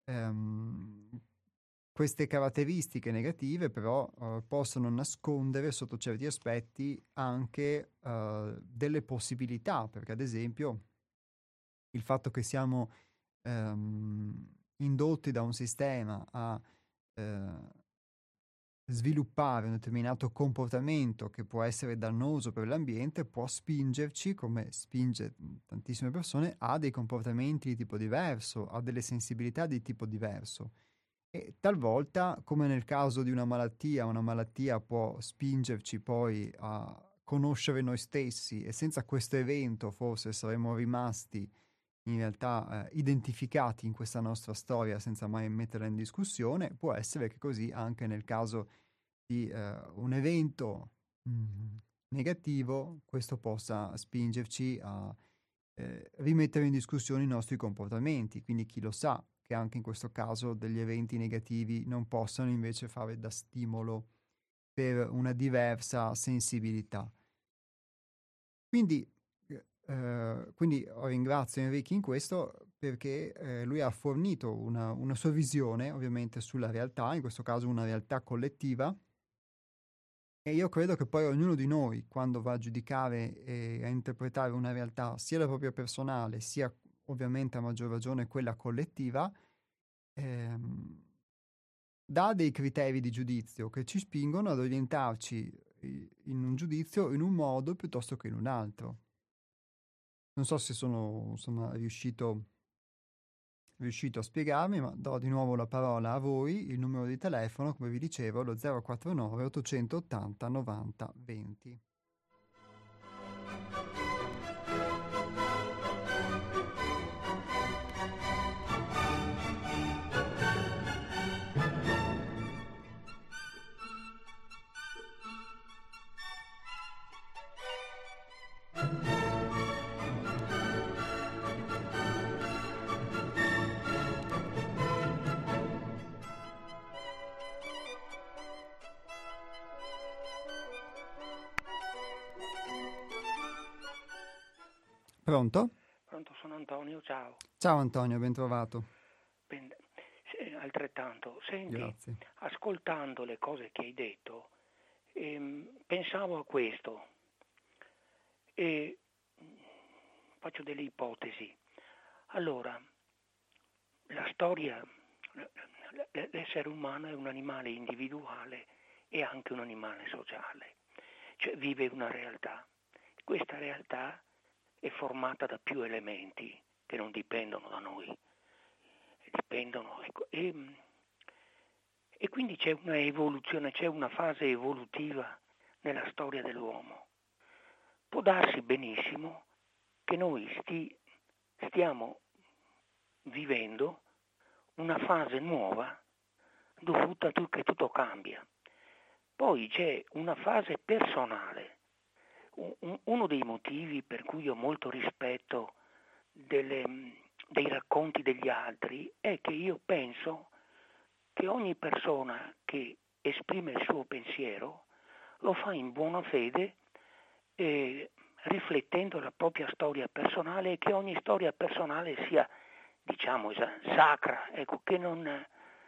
ehm queste caratteristiche negative però, uhm, possono nascondere sotto certi aspetti anche, uhm, delle possibilità, perché ad esempio il fatto che siamo, ehm, indotti da un sistema a, ehm, sviluppare un determinato comportamento che può essere dannoso per l'ambiente, può spingerci, come spinge, mhmm, tantissime persone, a dei comportamenti di tipo diverso, a delle sensibilità di tipo diverso. E talvolta, come nel caso di una malattia, una malattia può spingerci poi a conoscere noi stessi e senza questo evento forse saremmo rimasti in realtà eh, identificati in questa nostra storia senza mai metterla in discussione. Può essere che così anche nel caso di eh, un evento mm, negativo, questo possa spingerci a eh, rimettere in discussione i nostri comportamenti. Quindi chi lo sa che anche in questo caso degli eventi negativi non possano invece fare da stimolo per una diversa sensibilità. Quindi, eh, quindi ringrazio Enrico in questo perché eh, lui ha fornito una, una sua visione ovviamente sulla realtà, in questo caso una realtà collettiva, e io credo che poi ognuno di noi, quando va a giudicare e a interpretare una realtà, sia la propria personale, sia ovviamente a maggior ragione quella collettiva, ehm, dà dei criteri di giudizio che ci spingono ad orientarci i- in un giudizio in un modo piuttosto che in un altro. Non so se sono insomma riuscito, riuscito a spiegarmi, ma do di nuovo la parola a voi, il numero di telefono, come vi dicevo, è lo zero quattro nove ottocentottanta novanta venti. Pronto? Pronto, sono Antonio, ciao. Ciao Antonio, ben trovato. Ben, sì, altrettanto. Senti, Grazie. ascoltando le cose che hai detto, ehm, pensavo a questo e faccio delle ipotesi. Allora, la storia, l'essere umano è un animale individuale e anche un animale sociale, cioè vive una realtà. Questa realtà è formata da più elementi che non dipendono da noi, dipendono, ecco, e, e quindi c'è una evoluzione, c'è una fase evolutiva nella storia dell'uomo. Può darsi benissimo che noi sti, stiamo vivendo una fase nuova dovuta a che tutto cambia. Poi c'è una fase personale. Uno dei motivi per cui ho molto rispetto delle, dei racconti degli altri è che io penso che ogni persona che esprime il suo pensiero lo fa in buona fede, eh, riflettendo la propria storia personale, e che ogni storia personale sia, diciamo, sacra, ecco, che non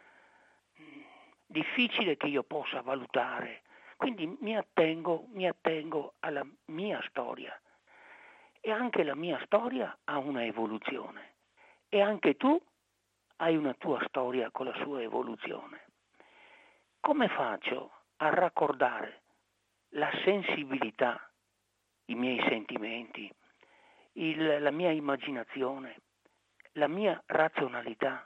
difficile che io possa valutare. Quindi mi attengo, mi attengo alla mia storia, e anche la mia storia ha una evoluzione, e anche tu hai una tua storia con la sua evoluzione. Come faccio a raccordare la sensibilità, i miei sentimenti, il, la mia immaginazione, la mia razionalità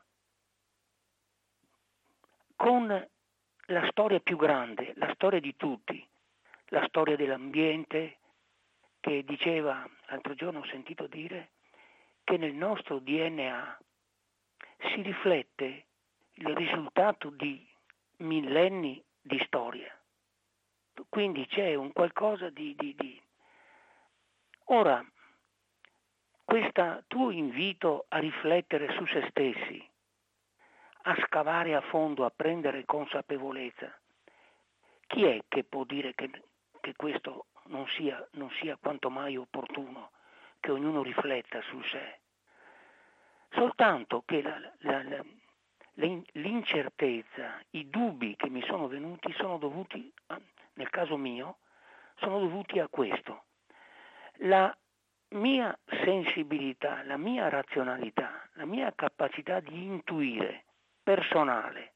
con la storia più grande, la storia di tutti, la storia dell'ambiente, che diceva, l'altro giorno ho sentito dire, che nel nostro D N A si riflette il risultato di millenni di storia. Quindi c'è un qualcosa di... di, di... Ora, questo tuo invito a riflettere su se stessi, a scavare a fondo, a prendere consapevolezza, chi è che può dire che, che questo non sia, non sia quanto mai opportuno, che ognuno rifletta su sé? Soltanto che la, la, la, l'incertezza, i dubbi che mi sono venuti sono dovuti, nel caso mio, sono dovuti a questo. La mia sensibilità, la mia razionalità, la mia capacità di intuire personale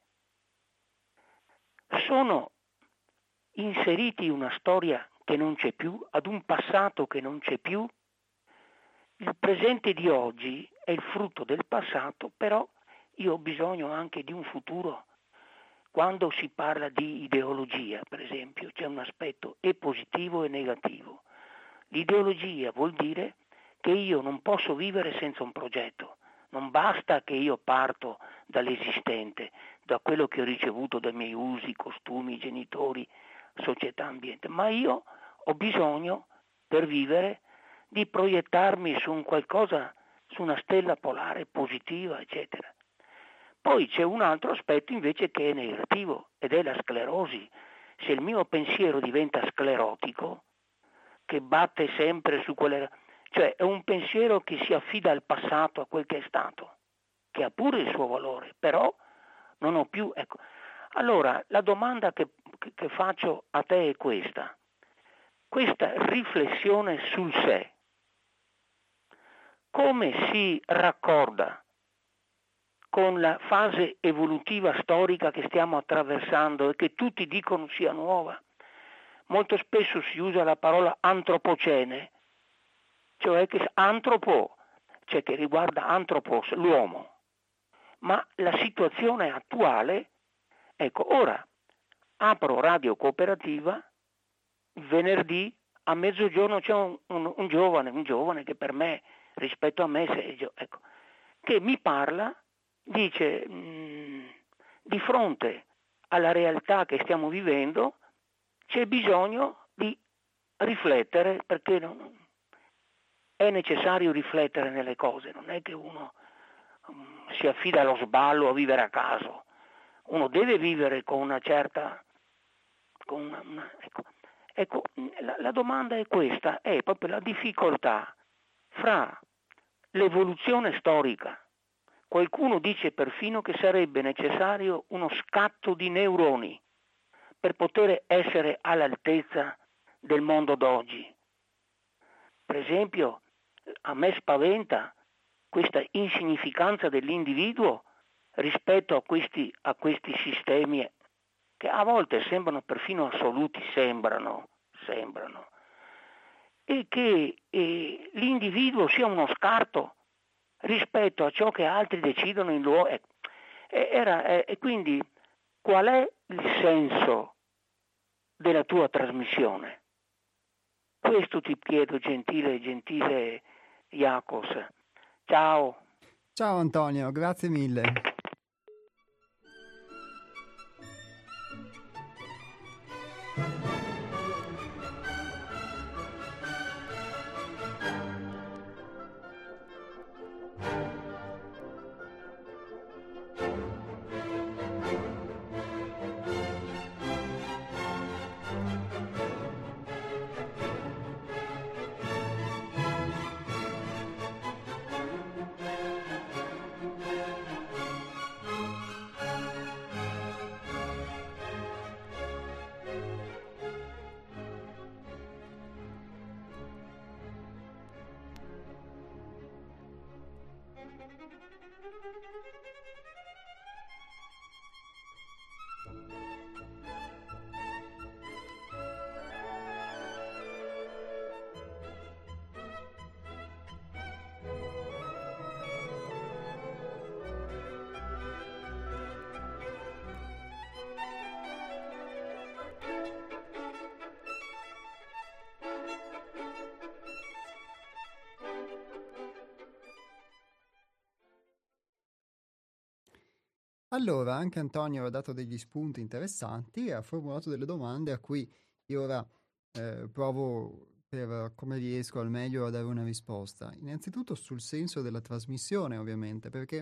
sono inseriti in una storia che non c'è più, ad un passato che non c'è più. Il presente di oggi è il frutto del passato, però io ho bisogno anche di un futuro. Quando si parla di ideologia, per esempio, c'è un aspetto e positivo e negativo. L'ideologia vuol dire che io non posso vivere senza un progetto. Non basta che io parto dall'esistente, da quello che ho ricevuto dai miei usi, costumi, genitori, società, ambiente, ma io ho bisogno, per vivere, di proiettarmi su un qualcosa, su una stella polare positiva, eccetera. Poi c'è un altro aspetto invece che è negativo, ed è la sclerosi. Se il mio pensiero diventa sclerotico, che batte sempre su quelle... cioè è un pensiero che si affida al passato, a quel che è stato, che ha pure il suo valore, però non ho più... Ecco. Allora, la domanda che, che faccio a te è questa. Questa riflessione sul sé, come si raccorda con la fase evolutiva storica che stiamo attraversando e che tutti dicono sia nuova? Molto spesso si usa la parola antropocene, cioè che antropo, cioè che riguarda antropos, l'uomo. Ma la situazione attuale, ecco, ora apro Radio Cooperativa, venerdì a mezzogiorno c'è un, un, un giovane, un giovane che per me, rispetto a me, se, ecco, che mi parla, dice, mh, di fronte alla realtà che stiamo vivendo c'è bisogno di riflettere, perché non, è necessario riflettere nelle cose, non è che uno um, si affida allo sballo a vivere a caso, uno deve vivere con una certa... Con una, una, ecco, ecco la, la domanda è questa, è proprio la difficoltà fra l'evoluzione storica. Qualcuno dice perfino che sarebbe necessario uno scatto di neuroni per poter essere all'altezza del mondo d'oggi. Per esempio, a me spaventa questa insignificanza dell'individuo rispetto a questi, a questi sistemi che a volte sembrano perfino assoluti, sembrano, sembrano, e che eh, l'individuo sia uno scarto rispetto a ciò che altri decidono in luogo. E, era, e, e quindi qual è il senso della tua trasmissione? Questo ti chiedo, gentile, gentile Iacos. Ciao. Ciao Antonio, grazie mille. Allora, anche Antonio ha dato degli spunti interessanti e ha formulato delle domande a cui io ora eh, provo per come riesco al meglio a dare una risposta. Innanzitutto sul senso della trasmissione, ovviamente, perché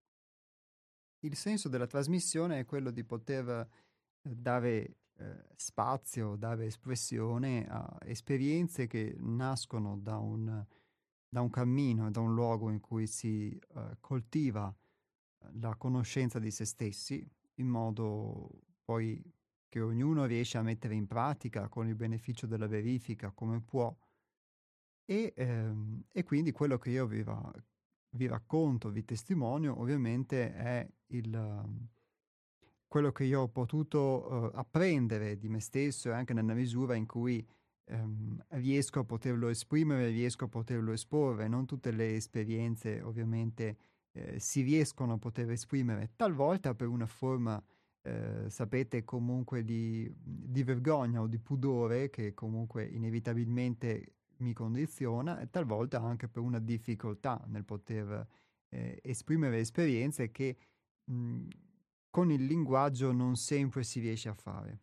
il senso della trasmissione è quello di poter eh, dare eh, spazio, dare espressione a esperienze che nascono da un, da un cammino, da un luogo in cui si eh, coltiva la conoscenza di se stessi, in modo poi che ognuno riesce a mettere in pratica con il beneficio della verifica come può. E, ehm, e quindi quello che io vi, ra- vi racconto, vi testimonio, ovviamente è il, um, quello che io ho potuto uh, apprendere di me stesso e anche nella misura in cui ehm, riesco a poterlo esprimere, riesco a poterlo esporre. Non tutte le esperienze ovviamente eh, si riescono a poter esprimere, talvolta per una forma, eh, sapete, comunque di, di vergogna o di pudore che comunque inevitabilmente mi condiziona, e talvolta anche per una difficoltà nel poter eh, esprimere esperienze che mh, con il linguaggio non sempre si riesce a fare.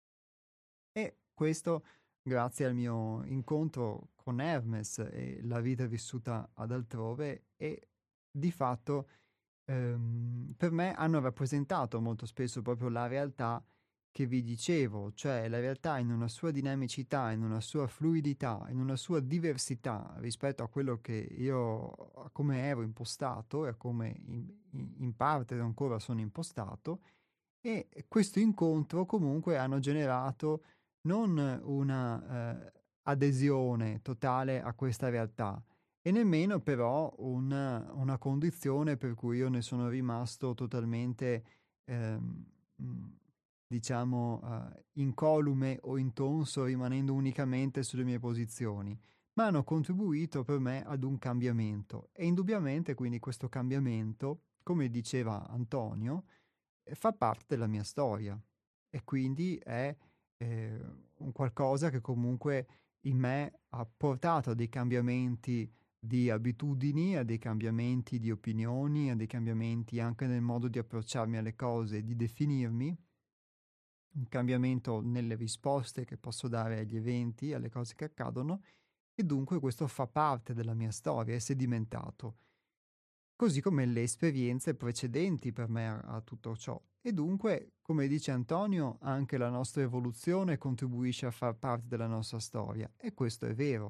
E questo grazie al mio incontro con Hermes e la vita vissuta ad altrove, e di fatto ehm, per me hanno rappresentato molto spesso proprio la realtà che vi dicevo, cioè la realtà in una sua dinamicità, in una sua fluidità, in una sua diversità rispetto a quello che io, a come ero impostato e a come in, in in parte ancora sono impostato. E questo incontro comunque hanno generato non una eh, adesione totale a questa realtà, e nemmeno però una, una condizione per cui io ne sono rimasto totalmente, ehm, mh, diciamo, eh, incolume o intonso, rimanendo unicamente sulle mie posizioni, ma hanno contribuito per me ad un cambiamento. E indubbiamente quindi questo cambiamento, come diceva Antonio, eh, fa parte della mia storia, e quindi è eh, un qualcosa che comunque in me ha portato a dei cambiamenti di abitudini, a dei cambiamenti di opinioni, a dei cambiamenti anche nel modo di approcciarmi alle cose, di definirmi, un cambiamento nelle risposte che posso dare agli eventi, alle cose che accadono, e dunque questo fa parte della mia storia, è sedimentato, così come le esperienze precedenti per me a, a tutto ciò. E dunque, come dice Antonio, anche la nostra evoluzione contribuisce a far parte della nostra storia, e questo è vero.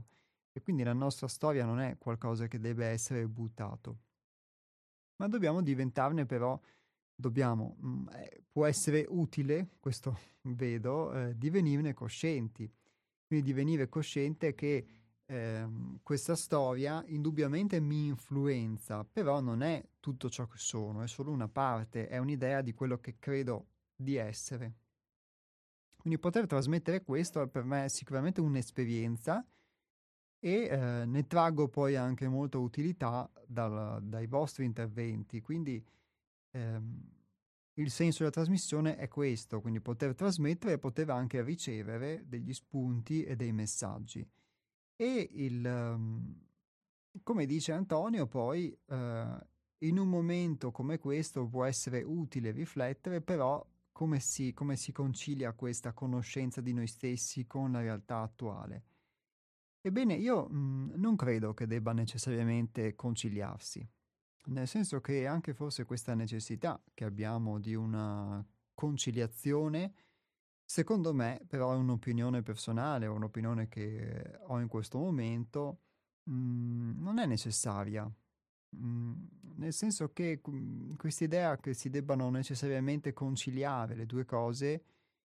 E quindi la nostra storia non è qualcosa che deve essere buttato, ma dobbiamo diventarne però, dobbiamo, mh, eh, può essere utile, questo vedo, eh, divenirne coscienti. Quindi divenire cosciente che ehm, questa storia indubbiamente mi influenza, però non è tutto ciò che sono, è solo una parte, è un'idea di quello che credo di essere. Quindi poter trasmettere questo è per me sicuramente un'esperienza e eh, ne traggo poi anche molta utilità dal- dai vostri interventi. Quindi ehm, il senso della trasmissione è questo, quindi poter trasmettere e poter anche ricevere degli spunti e dei messaggi. E il, ehm, come dice Antonio, poi eh, in un momento come questo può essere utile riflettere, però come si, come si concilia questa conoscenza di noi stessi con la realtà attuale? Ebbene, io mh, non credo che debba necessariamente conciliarsi, nel senso che anche forse questa necessità che abbiamo di una conciliazione, secondo me, però è un'opinione personale, è un'opinione che ho in questo momento, mh, non è necessaria. Mh, nel senso che questa idea che si debbano necessariamente conciliare le due cose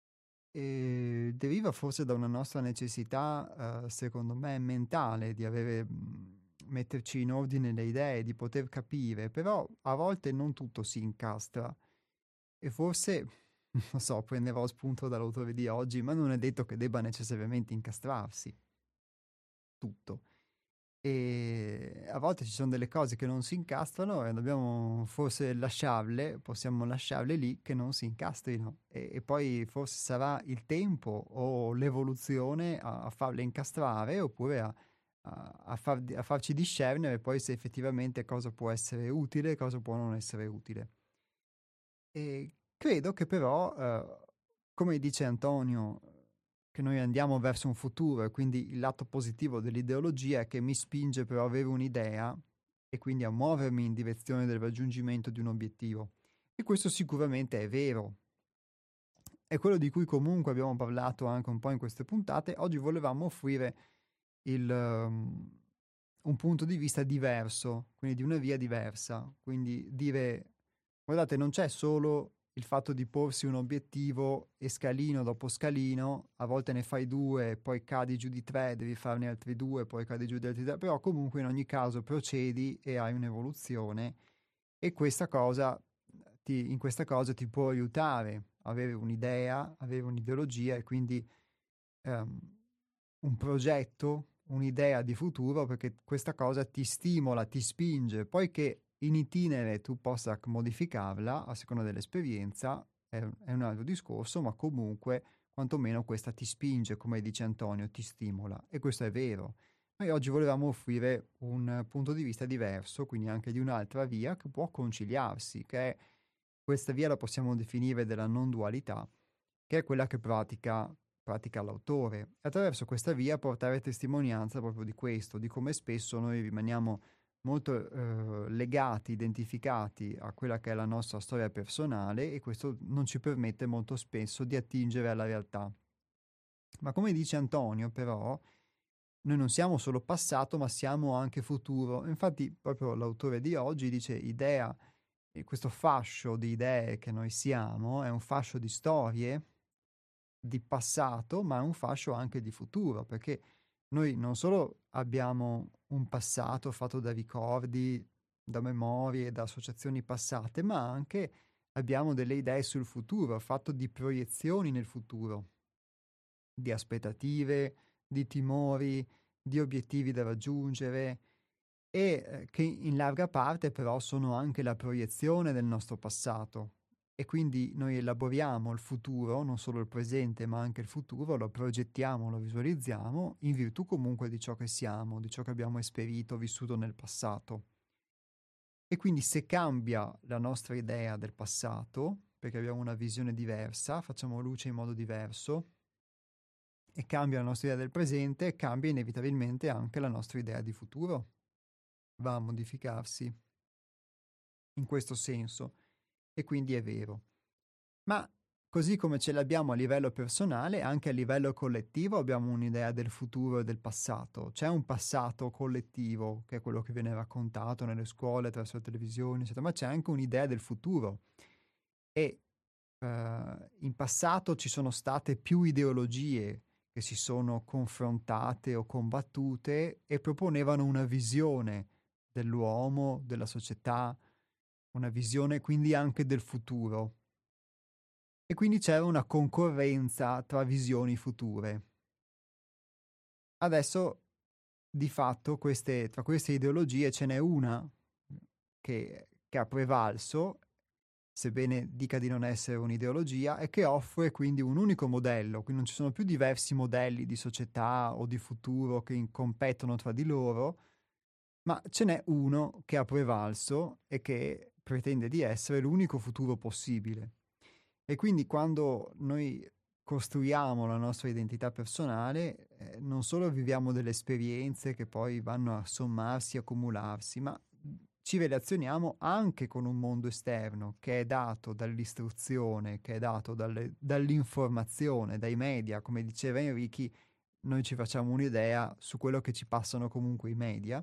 e deriva forse da una nostra necessità, eh, secondo me, mentale di avere, mh, metterci in ordine le idee, di poter capire, però a volte non tutto si incastra e forse, non so, prenderò spunto dall'autore di oggi, ma non è detto che debba necessariamente incastrarsi tutto. E a volte ci sono delle cose che non si incastrano e dobbiamo forse lasciarle, possiamo lasciarle lì che non si incastrino e, e poi forse sarà il tempo o l'evoluzione a, a farle incastrare oppure a, a, a far- a farci discernere poi se effettivamente cosa può essere utile e cosa può non essere utile. E credo che però, eh, come dice Antonio, che noi andiamo verso un futuro e quindi il lato positivo dell'ideologia è che mi spinge però a avere un'idea e quindi a muovermi in direzione del raggiungimento di un obiettivo. E questo sicuramente è vero. È quello di cui comunque abbiamo parlato anche un po' in queste puntate. Oggi volevamo offrire il, um, un punto di vista diverso, quindi di una via diversa. Quindi dire, guardate, non c'è solo il fatto di porsi un obiettivo e scalino dopo scalino, a volte ne fai due, poi cadi giù di tre, devi farne altri due, poi cadi giù di altri tre, però comunque in ogni caso procedi e hai un'evoluzione e questa cosa ti, in questa cosa ti può aiutare a avere un'idea, avere un'ideologia e quindi ehm, un progetto, un'idea di futuro, perché questa cosa ti stimola, ti spinge, poi che in itinere tu possa modificarla a seconda dell'esperienza, è, è un altro discorso, ma comunque quantomeno questa ti spinge, come dice Antonio, ti stimola e questo è vero. Noi oggi volevamo offrire un punto di vista diverso, quindi anche di un'altra via che può conciliarsi, che è questa via la possiamo definire della non dualità, che è quella che pratica, pratica l'autore. E attraverso questa via portare testimonianza proprio di questo, di come spesso noi rimaniamo molto eh, legati, identificati a quella che è la nostra storia personale e questo non ci permette molto spesso di attingere alla realtà. Ma come dice Antonio, però, noi non siamo solo passato, ma siamo anche futuro. Infatti, proprio l'autore di oggi dice idea, e questo fascio di idee che noi siamo è un fascio di storie, di passato, ma è un fascio anche di futuro, perché noi non solo abbiamo un passato fatto da ricordi, da memorie, da associazioni passate, ma anche abbiamo delle idee sul futuro, fatto di proiezioni nel futuro, di aspettative, di timori, di obiettivi da raggiungere e eh, che in larga parte però sono anche la proiezione del nostro passato. E quindi noi elaboriamo il futuro, non solo il presente, ma anche il futuro, lo progettiamo, lo visualizziamo in virtù comunque di ciò che siamo, di ciò che abbiamo esperito, vissuto nel passato. E quindi se cambia la nostra idea del passato, perché abbiamo una visione diversa, facciamo luce in modo diverso, e cambia la nostra idea del presente, cambia inevitabilmente anche la nostra idea di futuro, va a modificarsi in questo senso e quindi è vero. Ma Così come ce l'abbiamo a livello personale, anche a livello collettivo abbiamo un'idea del futuro e del passato. C'è un passato collettivo, che è quello che viene raccontato nelle scuole, attraverso le televisioni, eccetera, ma c'è anche un'idea del futuro. E eh, in passato ci sono state più ideologie che si sono confrontate o combattute e proponevano una visione dell'uomo, della società, una visione quindi anche del futuro. E quindi c'era una concorrenza tra visioni future. Adesso, di fatto, queste, tra queste ideologie ce n'è una che, che ha prevalso, sebbene dica di non essere un'ideologia, e che offre quindi un unico modello, quindi non ci sono più diversi modelli di società o di futuro che in- competono tra di loro, ma ce n'è uno che ha prevalso e che pretende di essere l'unico futuro possibile. E quindi quando noi costruiamo la nostra identità personale, eh, non solo viviamo delle esperienze che poi vanno a sommarsi, accumularsi, ma ci relazioniamo anche con un mondo esterno che è dato dall'istruzione, che è dato dalle, dall'informazione, dai media. Come diceva Enrichi, noi ci facciamo un'idea su quello che ci passano comunque i media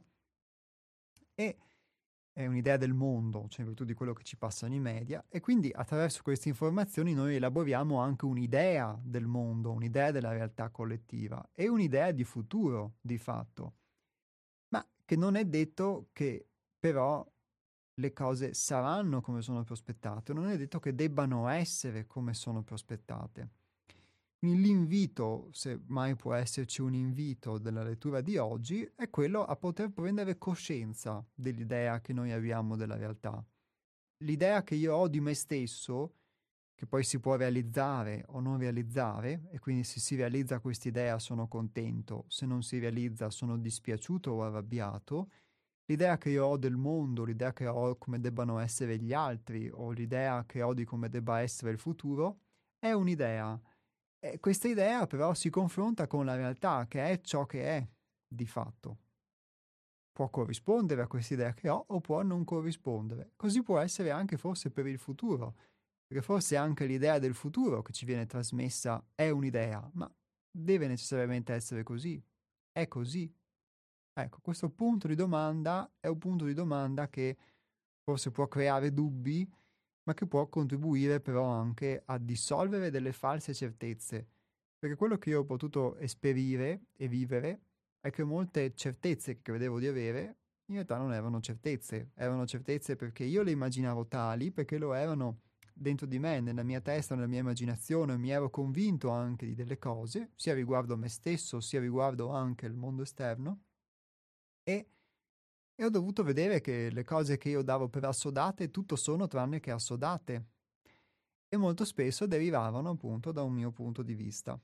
e è un'idea del mondo, cioè in virtù di quello che ci passano i media, e quindi attraverso queste informazioni noi elaboriamo anche un'idea del mondo, un'idea della realtà collettiva e un'idea di futuro, di fatto. Ma che non è detto che però le cose saranno come sono prospettate, non è detto che debbano essere come sono prospettate. Quindi l'invito, se mai può esserci un invito della lettura di oggi, è quello a poter prendere coscienza dell'idea che noi abbiamo della realtà. L'idea che io ho di me stesso, che poi si può realizzare o non realizzare, e quindi se si realizza quest'idea sono contento, se non si realizza sono dispiaciuto o arrabbiato, l'idea che io ho del mondo, l'idea che ho come debbano essere gli altri, o l'idea che ho di come debba essere il futuro, è un'idea. E questa idea però si confronta con la realtà, che è ciò che è, di fatto. Può corrispondere a questa idea che ho o può non corrispondere. Così può essere anche forse per il futuro, perché forse anche l'idea del futuro che ci viene trasmessa è un'idea, ma deve necessariamente essere così. È così. Ecco, questo punto di domanda è un punto di domanda che forse può creare dubbi, ma che può contribuire però anche a dissolvere delle false certezze. Perché quello che io ho potuto esperire e vivere è che molte certezze che credevo di avere in realtà non erano certezze, erano certezze perché io le immaginavo tali, perché lo erano dentro di me, nella mia testa, nella mia immaginazione, mi ero convinto anche di delle cose, sia riguardo me stesso, sia riguardo anche il mondo esterno, e e ho dovuto vedere che le cose che io davo per assodate tutto sono tranne che assodate. E molto spesso derivavano appunto da un mio punto di vista.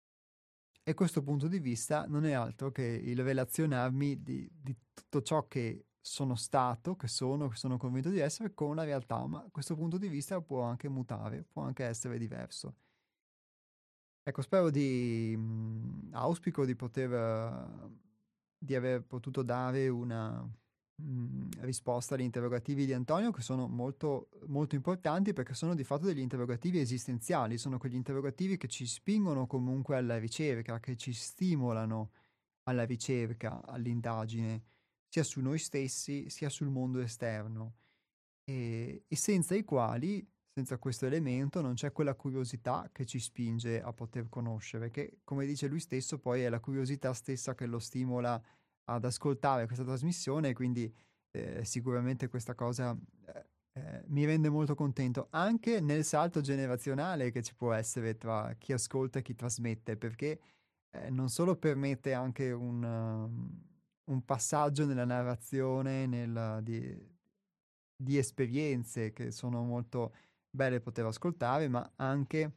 E questo punto di vista non è altro che il relazionarmi di, di tutto ciò che sono stato, che sono, che sono convinto di essere, con la realtà, ma questo punto di vista può anche mutare, può anche essere diverso. Ecco, spero di, mh, auspico di poter, eh, di aver potuto dare una mh, risposta agli interrogativi di Antonio, che sono molto, molto importanti perché sono di fatto degli interrogativi esistenziali, sono quegli interrogativi che ci spingono comunque alla ricerca, che ci stimolano alla ricerca, all'indagine, sia su noi stessi, sia sul mondo esterno, e, e senza i quali, senza questo elemento, non c'è quella curiosità che ci spinge a poter conoscere, che, come dice lui stesso, poi è la curiosità stessa che lo stimola ad ascoltare questa trasmissione, e quindi eh, sicuramente questa cosa eh, eh, mi rende molto contento, anche nel salto generazionale che ci può essere tra chi ascolta e chi trasmette, perché eh, non solo permette anche un, um, un passaggio nella narrazione, nel, di, di esperienze che sono molto belle poter ascoltare, ma anche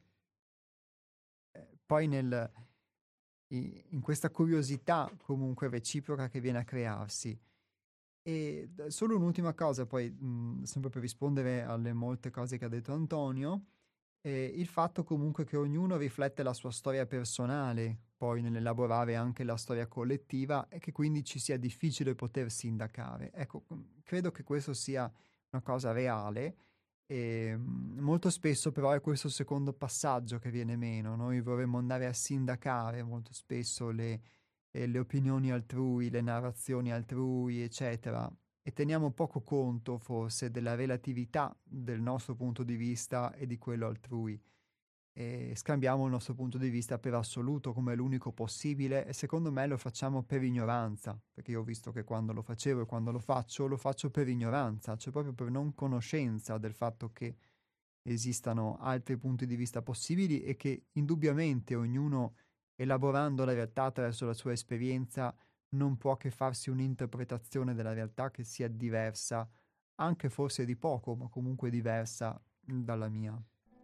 eh, poi nel, i- in questa curiosità comunque reciproca che viene a crearsi. E d- solo un'ultima cosa, poi mh, sempre per rispondere alle molte cose che ha detto Antonio, eh, il fatto comunque che ognuno riflette la sua storia personale, poi nell'elaborare anche la storia collettiva, e che quindi ci sia difficile poter sindacare. Ecco, mh, credo che questo sia una cosa reale, E mm, molto spesso però è questo secondo passaggio che viene meno. Noi vorremmo andare a sindacare molto spesso le, eh, le opinioni altrui, le narrazioni altrui, eccetera, e teniamo poco conto forse della relatività del nostro punto di vista e di quello altrui. E scambiamo il nostro punto di vista per assoluto come l'unico possibile, e secondo me lo facciamo per ignoranza, perché io ho visto che quando lo facevo e quando lo faccio, lo faccio per ignoranza, cioè proprio per non conoscenza del fatto che esistano altri punti di vista possibili e che indubbiamente ognuno, elaborando la realtà attraverso la sua esperienza, non può che farsi un'interpretazione della realtà che sia diversa, anche forse di poco, ma comunque diversa dalla mia.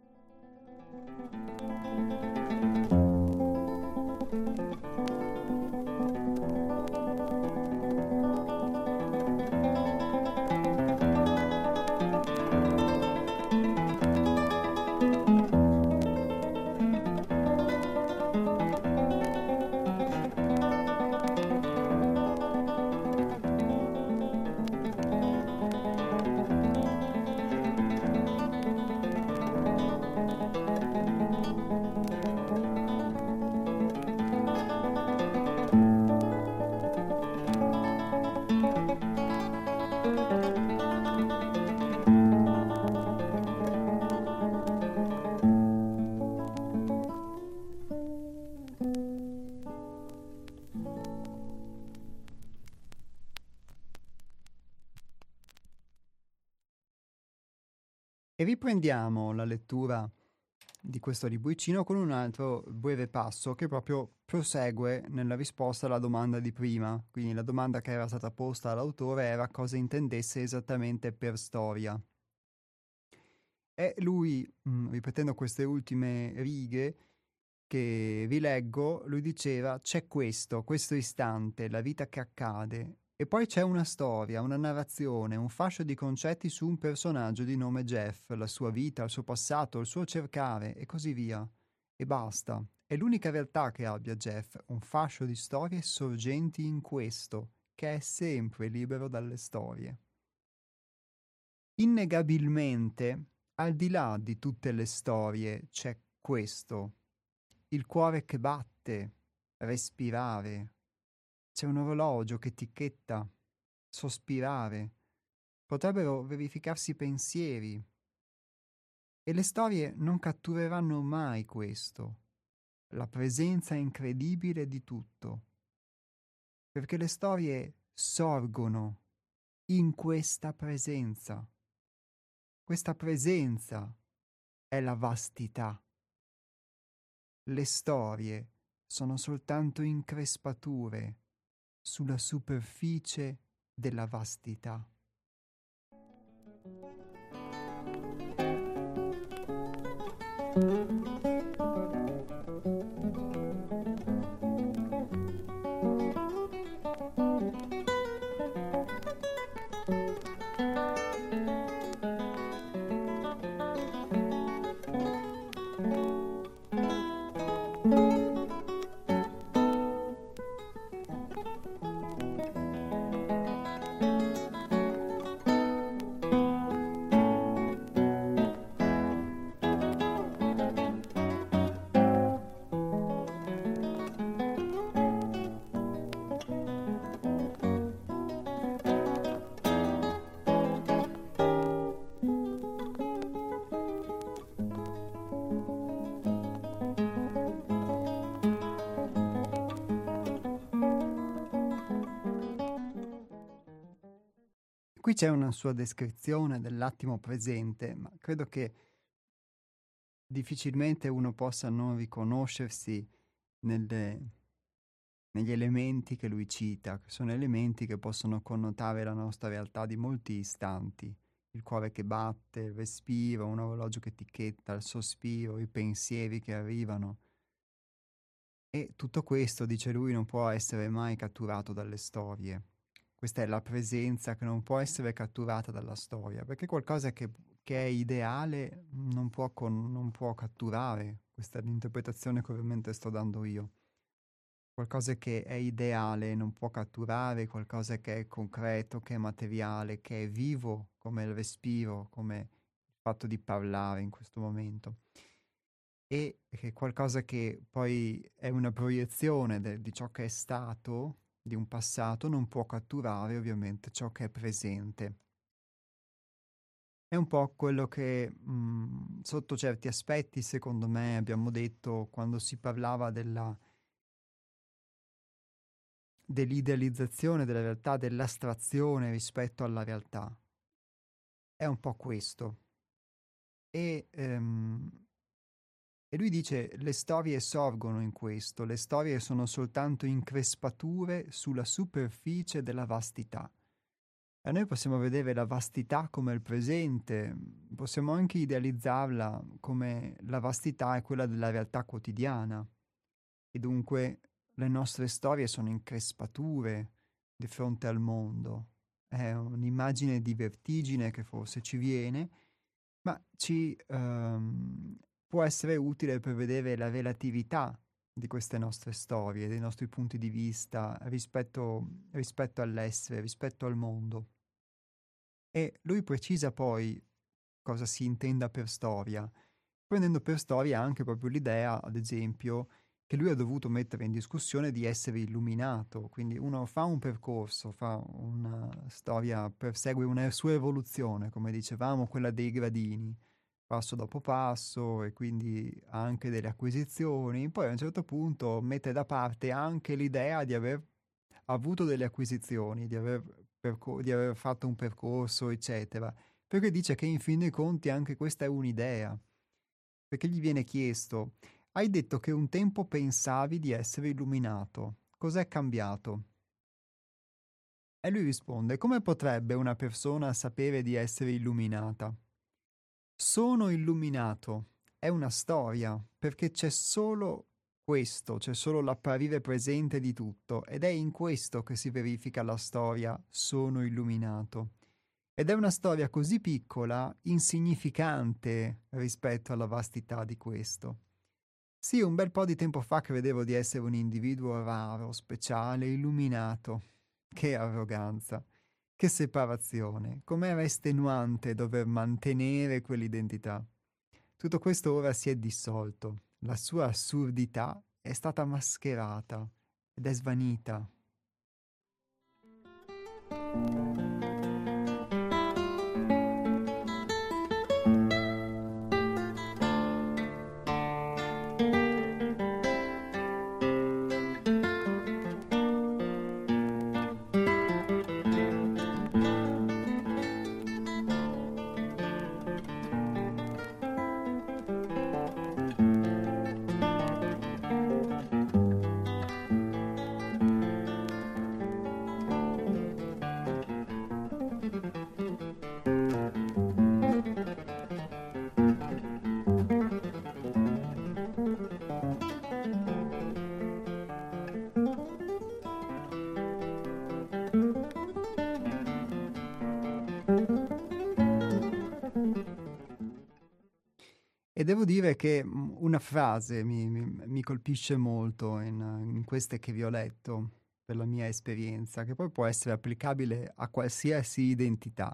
E riprendiamo la lettura di questo libricino con un altro breve passo che proprio prosegue nella risposta alla domanda di prima. Quindi la domanda che era stata posta all'autore era cosa intendesse esattamente per storia. E lui, mh, ripetendo queste ultime righe che vi leggo, lui diceva: c'è questo, questo istante, la vita che accade, e poi c'è una storia, una narrazione, un fascio di concetti su un personaggio di nome Jeff, la sua vita, il suo passato, il suo cercare e così via. E basta. È l'unica realtà che abbia Jeff, un fascio di storie sorgenti in questo, che è sempre libero dalle storie. Innegabilmente, al di là di tutte le storie, c'è questo, il cuore che batte, respirare. C'è un orologio che ticchetta, sospirare. Potrebbero verificarsi pensieri. E le storie non cattureranno mai questo, la presenza incredibile di tutto. Perché le storie sorgono in questa presenza. Questa presenza è la vastità. Le storie sono soltanto increspature sulla superficie della vastità. Qui c'è una sua descrizione dell'attimo presente, ma credo che difficilmente uno possa non riconoscersi nelle, negli elementi che lui cita, che sono elementi che possono connotare la nostra realtà di molti istanti. Il cuore che batte, il respiro, un orologio che ticchetta, il sospiro, i pensieri che arrivano. E tutto questo, dice lui, non può essere mai catturato dalle storie. Questa è la presenza che non può essere catturata dalla storia, perché qualcosa che, che è ideale non può, con, non può catturare. Questa è l'interpretazione che ovviamente sto dando io. Qualcosa che è ideale non può catturare, qualcosa che è concreto, che è materiale, che è vivo, come il respiro, come il fatto di parlare in questo momento. E che qualcosa che poi è una proiezione de- di ciò che è stato, di un passato, non può catturare ovviamente ciò che è presente. È un po' quello che mh, sotto certi aspetti, secondo me, abbiamo detto quando si parlava della, dell'idealizzazione della realtà, dell'astrazione rispetto alla realtà. È un po' questo. E, ehm, e lui dice, le storie sorgono in questo, le storie sono soltanto increspature sulla superficie della vastità. E noi possiamo vedere la vastità come il presente, possiamo anche idealizzarla come la vastità è quella della realtà quotidiana. E dunque le nostre storie sono increspature di fronte al mondo. È un'immagine di vertigine che forse ci viene, ma ci ehm, può essere utile per vedere la relatività di queste nostre storie, dei nostri punti di vista rispetto, rispetto all'essere, rispetto al mondo. E lui precisa poi cosa si intenda per storia, prendendo per storia anche proprio l'idea, ad esempio, che lui ha dovuto mettere in discussione di essere illuminato. Quindi uno fa un percorso, fa una storia, persegue una sua evoluzione, come dicevamo, quella dei gradini, passo dopo passo, e quindi ha anche delle acquisizioni. Poi a un certo punto mette da parte anche l'idea di aver avuto delle acquisizioni, di aver, percor- di aver fatto un percorso, eccetera. Perché dice che in fin dei conti anche questa è un'idea. Perché gli viene chiesto, hai detto che un tempo pensavi di essere illuminato. Cos'è cambiato? E lui risponde, come potrebbe una persona sapere di essere illuminata? Sono illuminato. È una storia, perché c'è solo questo, c'è solo l'apparire presente di tutto, ed è in questo che si verifica la storia sono illuminato. Ed è una storia così piccola, insignificante rispetto alla vastità di questo. Sì, un bel po' di tempo fa credevo di essere un individuo raro, speciale, illuminato. Che arroganza, che separazione, com'era estenuante dover mantenere quell'identità. Tutto questo ora si è dissolto, la sua assurdità è stata mascherata ed è svanita. E devo dire che mh, una frase mi, mi- mi colpisce molto in, in queste che vi ho letto, per la mia esperienza, che poi può essere applicabile a qualsiasi identità.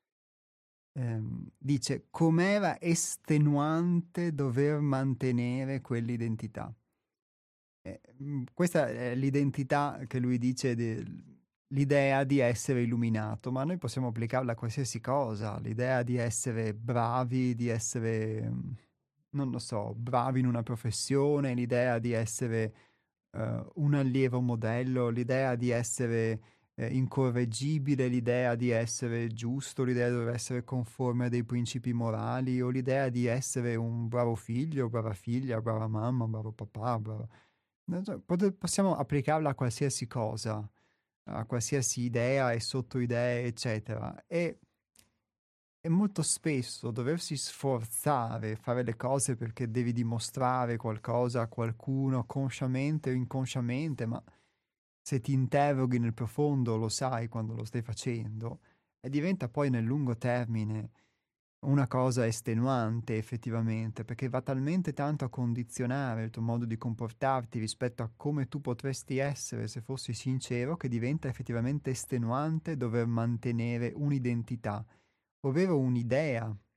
Ehm, dice, com'era estenuante dover mantenere quell'identità. Eh, mh, questa è l'identità che lui dice, del- l'idea di essere illuminato, ma noi possiamo applicarla a qualsiasi cosa, l'idea di essere bravi, di essere, mh, non lo so, bravi in una professione, l'idea di essere eh, un allievo modello, l'idea di essere eh, incorreggibile, l'idea di essere giusto, l'idea di dover essere conforme a dei principi morali, o l'idea di essere un bravo figlio, brava figlia, brava mamma, bravo papà, bravo... Non so, pot- possiamo applicarla a qualsiasi cosa, a qualsiasi idea e sottoidee, eccetera. E, e molto spesso doversi sforzare, fare le cose perché devi dimostrare qualcosa a qualcuno, consciamente o inconsciamente, ma se ti interroghi nel profondo lo sai quando lo stai facendo, e diventa poi nel lungo termine una cosa estenuante effettivamente, perché va talmente tanto a condizionare il tuo modo di comportarti rispetto a come tu potresti essere se fossi sincero, che diventa effettivamente estenuante dover mantenere un'identità, ovvero un'idea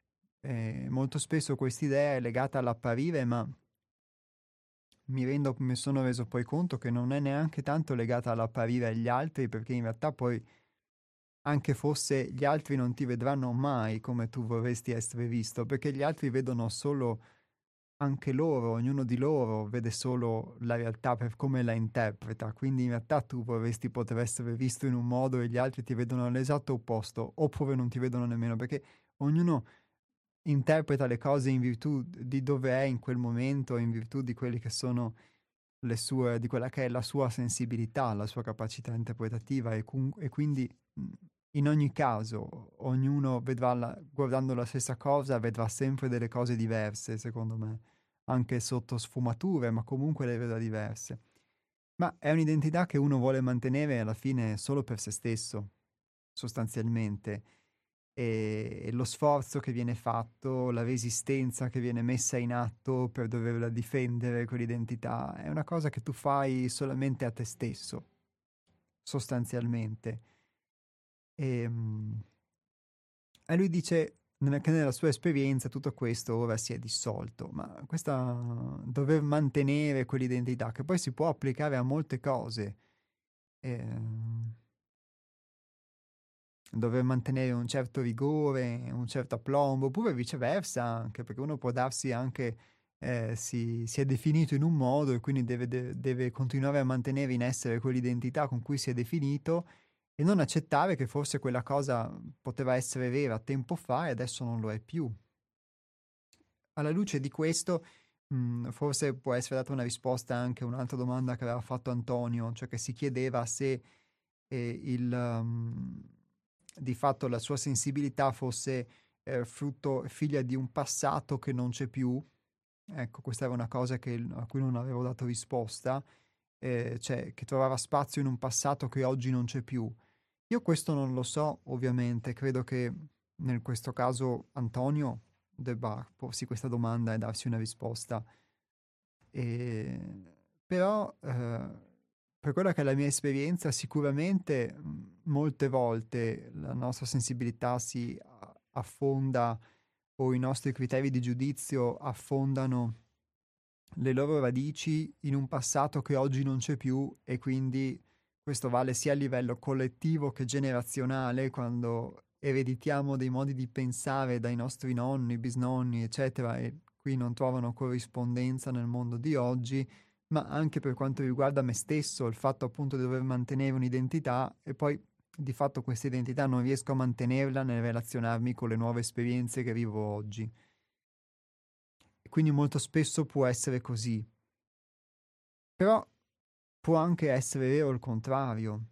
Eh, molto spesso quest'idea è legata all'apparire, ma mi rendo, mi sono reso poi conto che non è neanche tanto legata all'apparire agli altri, perché in realtà poi anche fosse gli altri non ti vedranno mai come tu vorresti essere visto, perché gli altri vedono solo anche loro, ognuno di loro vede solo la realtà per come la interpreta, quindi in realtà tu vorresti poter essere visto in un modo e gli altri ti vedono all'esatto opposto, oppure non ti vedono nemmeno, perché ognuno interpreta le cose in virtù di dove è in quel momento, in virtù di quelli che sono le sue, di quella che è la sua sensibilità, la sua capacità interpretativa e, cun- e quindi mh, in ogni caso ognuno vedrà la- guardando la stessa cosa vedrà sempre delle cose diverse, secondo me, anche sotto sfumature, ma comunque le vedrà diverse. Ma è un'identità che uno vuole mantenere alla fine solo per se stesso, sostanzialmente. E lo sforzo che viene fatto, la resistenza che viene messa in atto per doverla difendere quell'identità, è una cosa che tu fai solamente a te stesso, sostanzialmente. E, mm, e lui dice nella- che nella sua esperienza tutto questo ora si è dissolto, ma questa dover mantenere quell'identità, che poi si può applicare a molte cose, ehm, dover mantenere un certo rigore, un certo aplombo, oppure viceversa anche, perché uno può darsi anche, eh, si, si è definito in un modo e quindi deve, de- deve continuare a mantenere in essere quell'identità con cui si è definito e non accettare che forse quella cosa poteva essere vera tempo fa e adesso non lo è più. Alla luce di questo, mh, forse può essere data una risposta anche a un'altra domanda che aveva fatto Antonio, cioè che si chiedeva se eh, il, um, di fatto la sua sensibilità fosse eh, frutto, figlia di un passato che non c'è più. Ecco, questa era una cosa che, a cui non avevo dato risposta, eh, cioè che trovava spazio in un passato che oggi non c'è più. Io questo non lo so, ovviamente, credo che in questo caso Antonio debba porsi questa domanda e darsi una risposta. E, però, eh, per quella che è la mia esperienza, sicuramente mh, molte volte la nostra sensibilità si a- affonda o i nostri criteri di giudizio affondano le loro radici in un passato che oggi non c'è più e quindi questo vale sia a livello collettivo che generazionale, quando ereditiamo dei modi di pensare dai nostri nonni, bisnonni, eccetera, e qui non trovano corrispondenza nel mondo di oggi, ma anche per quanto riguarda me stesso, il fatto appunto di dover mantenere un'identità e poi di fatto questa identità non riesco a mantenerla nel relazionarmi con le nuove esperienze che vivo oggi. E quindi molto spesso può essere così. Però può anche essere vero il contrario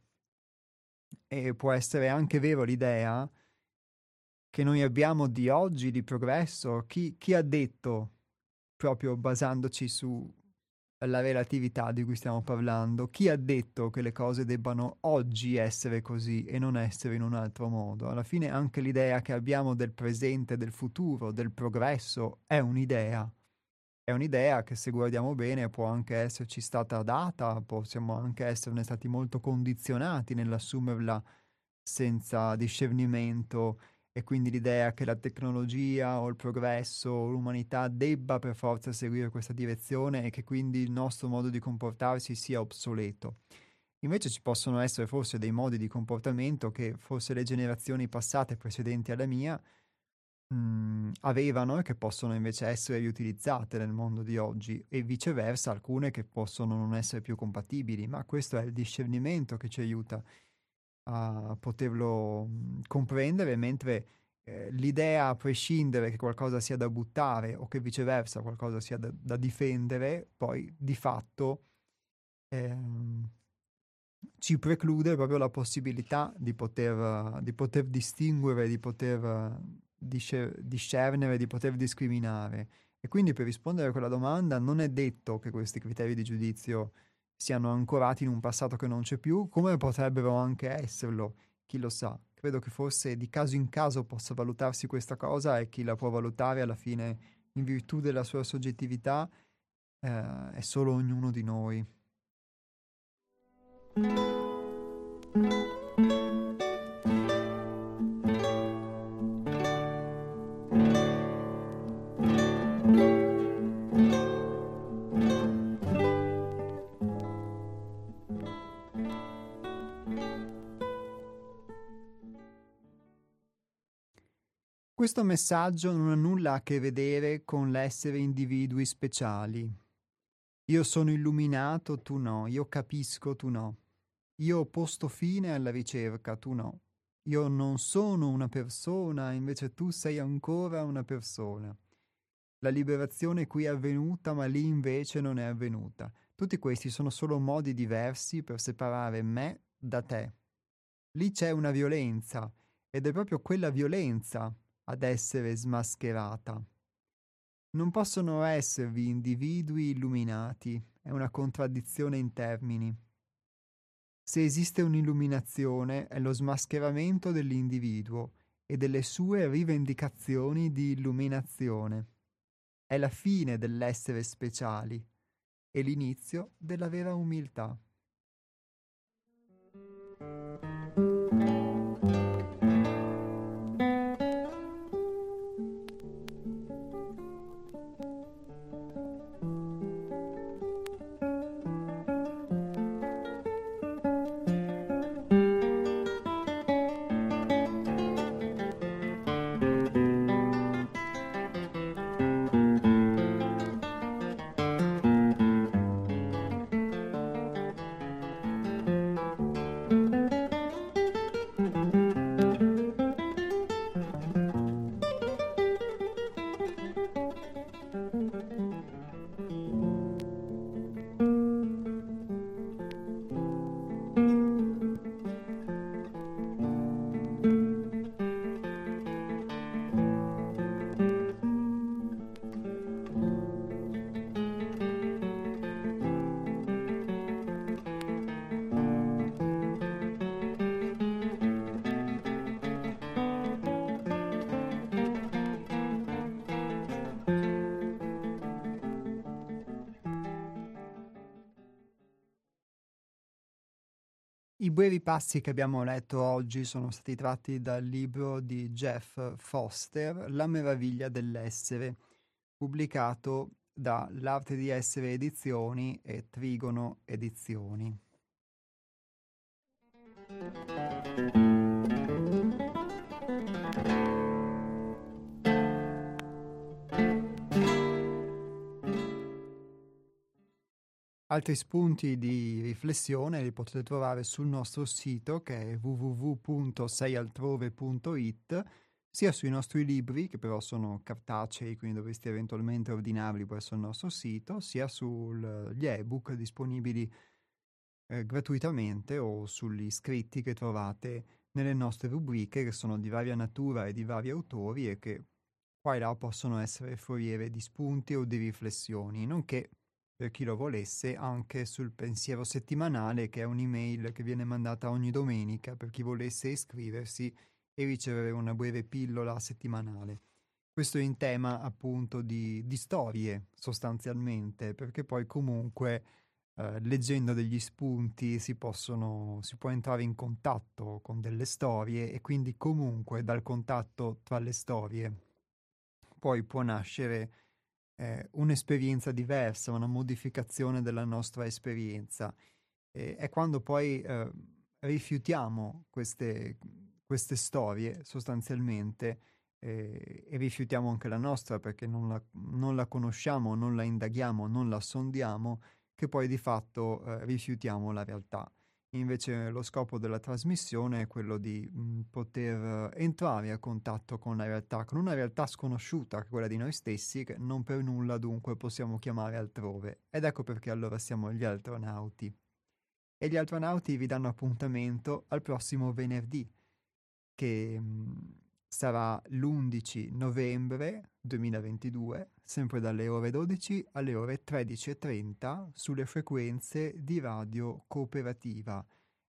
e può essere anche vero l'idea che noi abbiamo di oggi, di progresso. Chi, chi ha detto, proprio basandoci sulla relatività di cui stiamo parlando, chi ha detto che le cose debbano oggi essere così e non essere in un altro modo? Alla fine anche l'idea che abbiamo del presente, del futuro, del progresso è un'idea. È un'idea che se guardiamo bene può anche esserci stata data, possiamo anche esserne stati molto condizionati nell'assumerla senza discernimento e quindi l'idea che la tecnologia o il progresso o l'umanità debba per forza seguire questa direzione e che quindi il nostro modo di comportarsi sia obsoleto. Invece ci possono essere forse dei modi di comportamento che forse le generazioni passate precedenti alla mia mh, avevano e che possono invece essere riutilizzate nel mondo di oggi e viceversa alcune che possono non essere più compatibili, ma questo è il discernimento che ci aiuta a poterlo mh, comprendere, mentre eh, l'idea a prescindere che qualcosa sia da buttare o che viceversa qualcosa sia da, da difendere, poi di fatto ehm, ci preclude proprio la possibilità di poter, di poter distinguere, di poter disce- discernere, di poter discriminare. E quindi per rispondere a quella domanda non è detto che questi criteri di giudizio siano ancorati in un passato che non c'è più, come potrebbero anche esserlo, chi lo sa. Credo che forse di caso in caso possa valutarsi questa cosa e chi la può valutare alla fine in virtù della sua soggettività eh, è solo ognuno di noi. Questo messaggio non ha nulla a che vedere con l'essere individui speciali. Io sono illuminato, tu no. Io capisco, tu no. Io ho posto fine alla ricerca, tu no. Io non sono una persona, invece tu sei ancora una persona. La liberazione qui è avvenuta, ma lì invece non è avvenuta. Tutti questi sono solo modi diversi per separare me da te. Lì c'è una violenza, ed è proprio quella violenza ad essere smascherata. Non possono esservi individui illuminati, è una contraddizione in termini. Se esiste un'illuminazione è lo smascheramento dell'individuo e delle sue rivendicazioni di illuminazione. È la fine dell'essere speciali e l'inizio della vera umiltà. I brevi passi che abbiamo letto oggi sono stati tratti dal libro di Jeff Foster, La meraviglia dell'essere, pubblicato da L'arte di essere edizioni e Trigono edizioni. Altri spunti di riflessione li potete trovare sul nostro sito, che è w w w punto sei altrove punto i t, sia sui nostri libri, che però sono cartacei, quindi dovreste eventualmente ordinarli presso il nostro sito, sia sugli ebook disponibili eh, gratuitamente o sugli scritti che trovate nelle nostre rubriche, che sono di varia natura e di vari autori e che qua e là possono essere foriere di spunti o di riflessioni, nonché, per chi lo volesse, anche sul pensiero settimanale, che è un'email che viene mandata ogni domenica per chi volesse iscriversi e ricevere una breve pillola settimanale. Questo in tema appunto di, di storie, sostanzialmente, perché poi comunque eh, leggendo degli spunti si possono, si può entrare in contatto con delle storie e quindi comunque dal contatto tra le storie poi può nascere eh, un'esperienza diversa, una modificazione della nostra esperienza. E è quando poi eh, rifiutiamo queste, queste storie sostanzialmente eh, e rifiutiamo anche la nostra perché non la, non la conosciamo, non la indaghiamo, non la sondiamo, che poi di fatto eh, rifiutiamo la realtà. Invece lo scopo della trasmissione è quello di mh, poter eh, entrare a contatto con la realtà, con una realtà sconosciuta, che è quella di noi stessi, che non per nulla dunque possiamo chiamare altrove. Ed ecco perché allora siamo gli astronauti. E gli astronauti vi danno appuntamento al prossimo venerdì, che mh, sarà l'undici novembre duemilaventidue, sempre dalle ore dodici alle ore tredici e trenta sulle frequenze di Radio Cooperativa.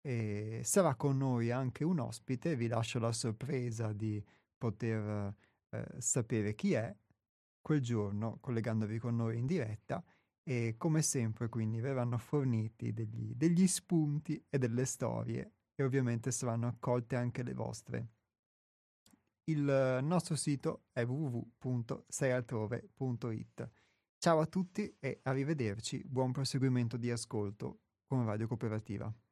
E sarà con noi anche un ospite, vi lascio la sorpresa di poter eh, sapere chi è quel giorno, collegandovi con noi in diretta, e come sempre quindi verranno forniti degli, degli spunti e delle storie e ovviamente saranno accolte anche le vostre. Il nostro sito è w w w punto sei altrove punto i t. Ciao a tutti e arrivederci, buon proseguimento di ascolto con Radio Cooperativa.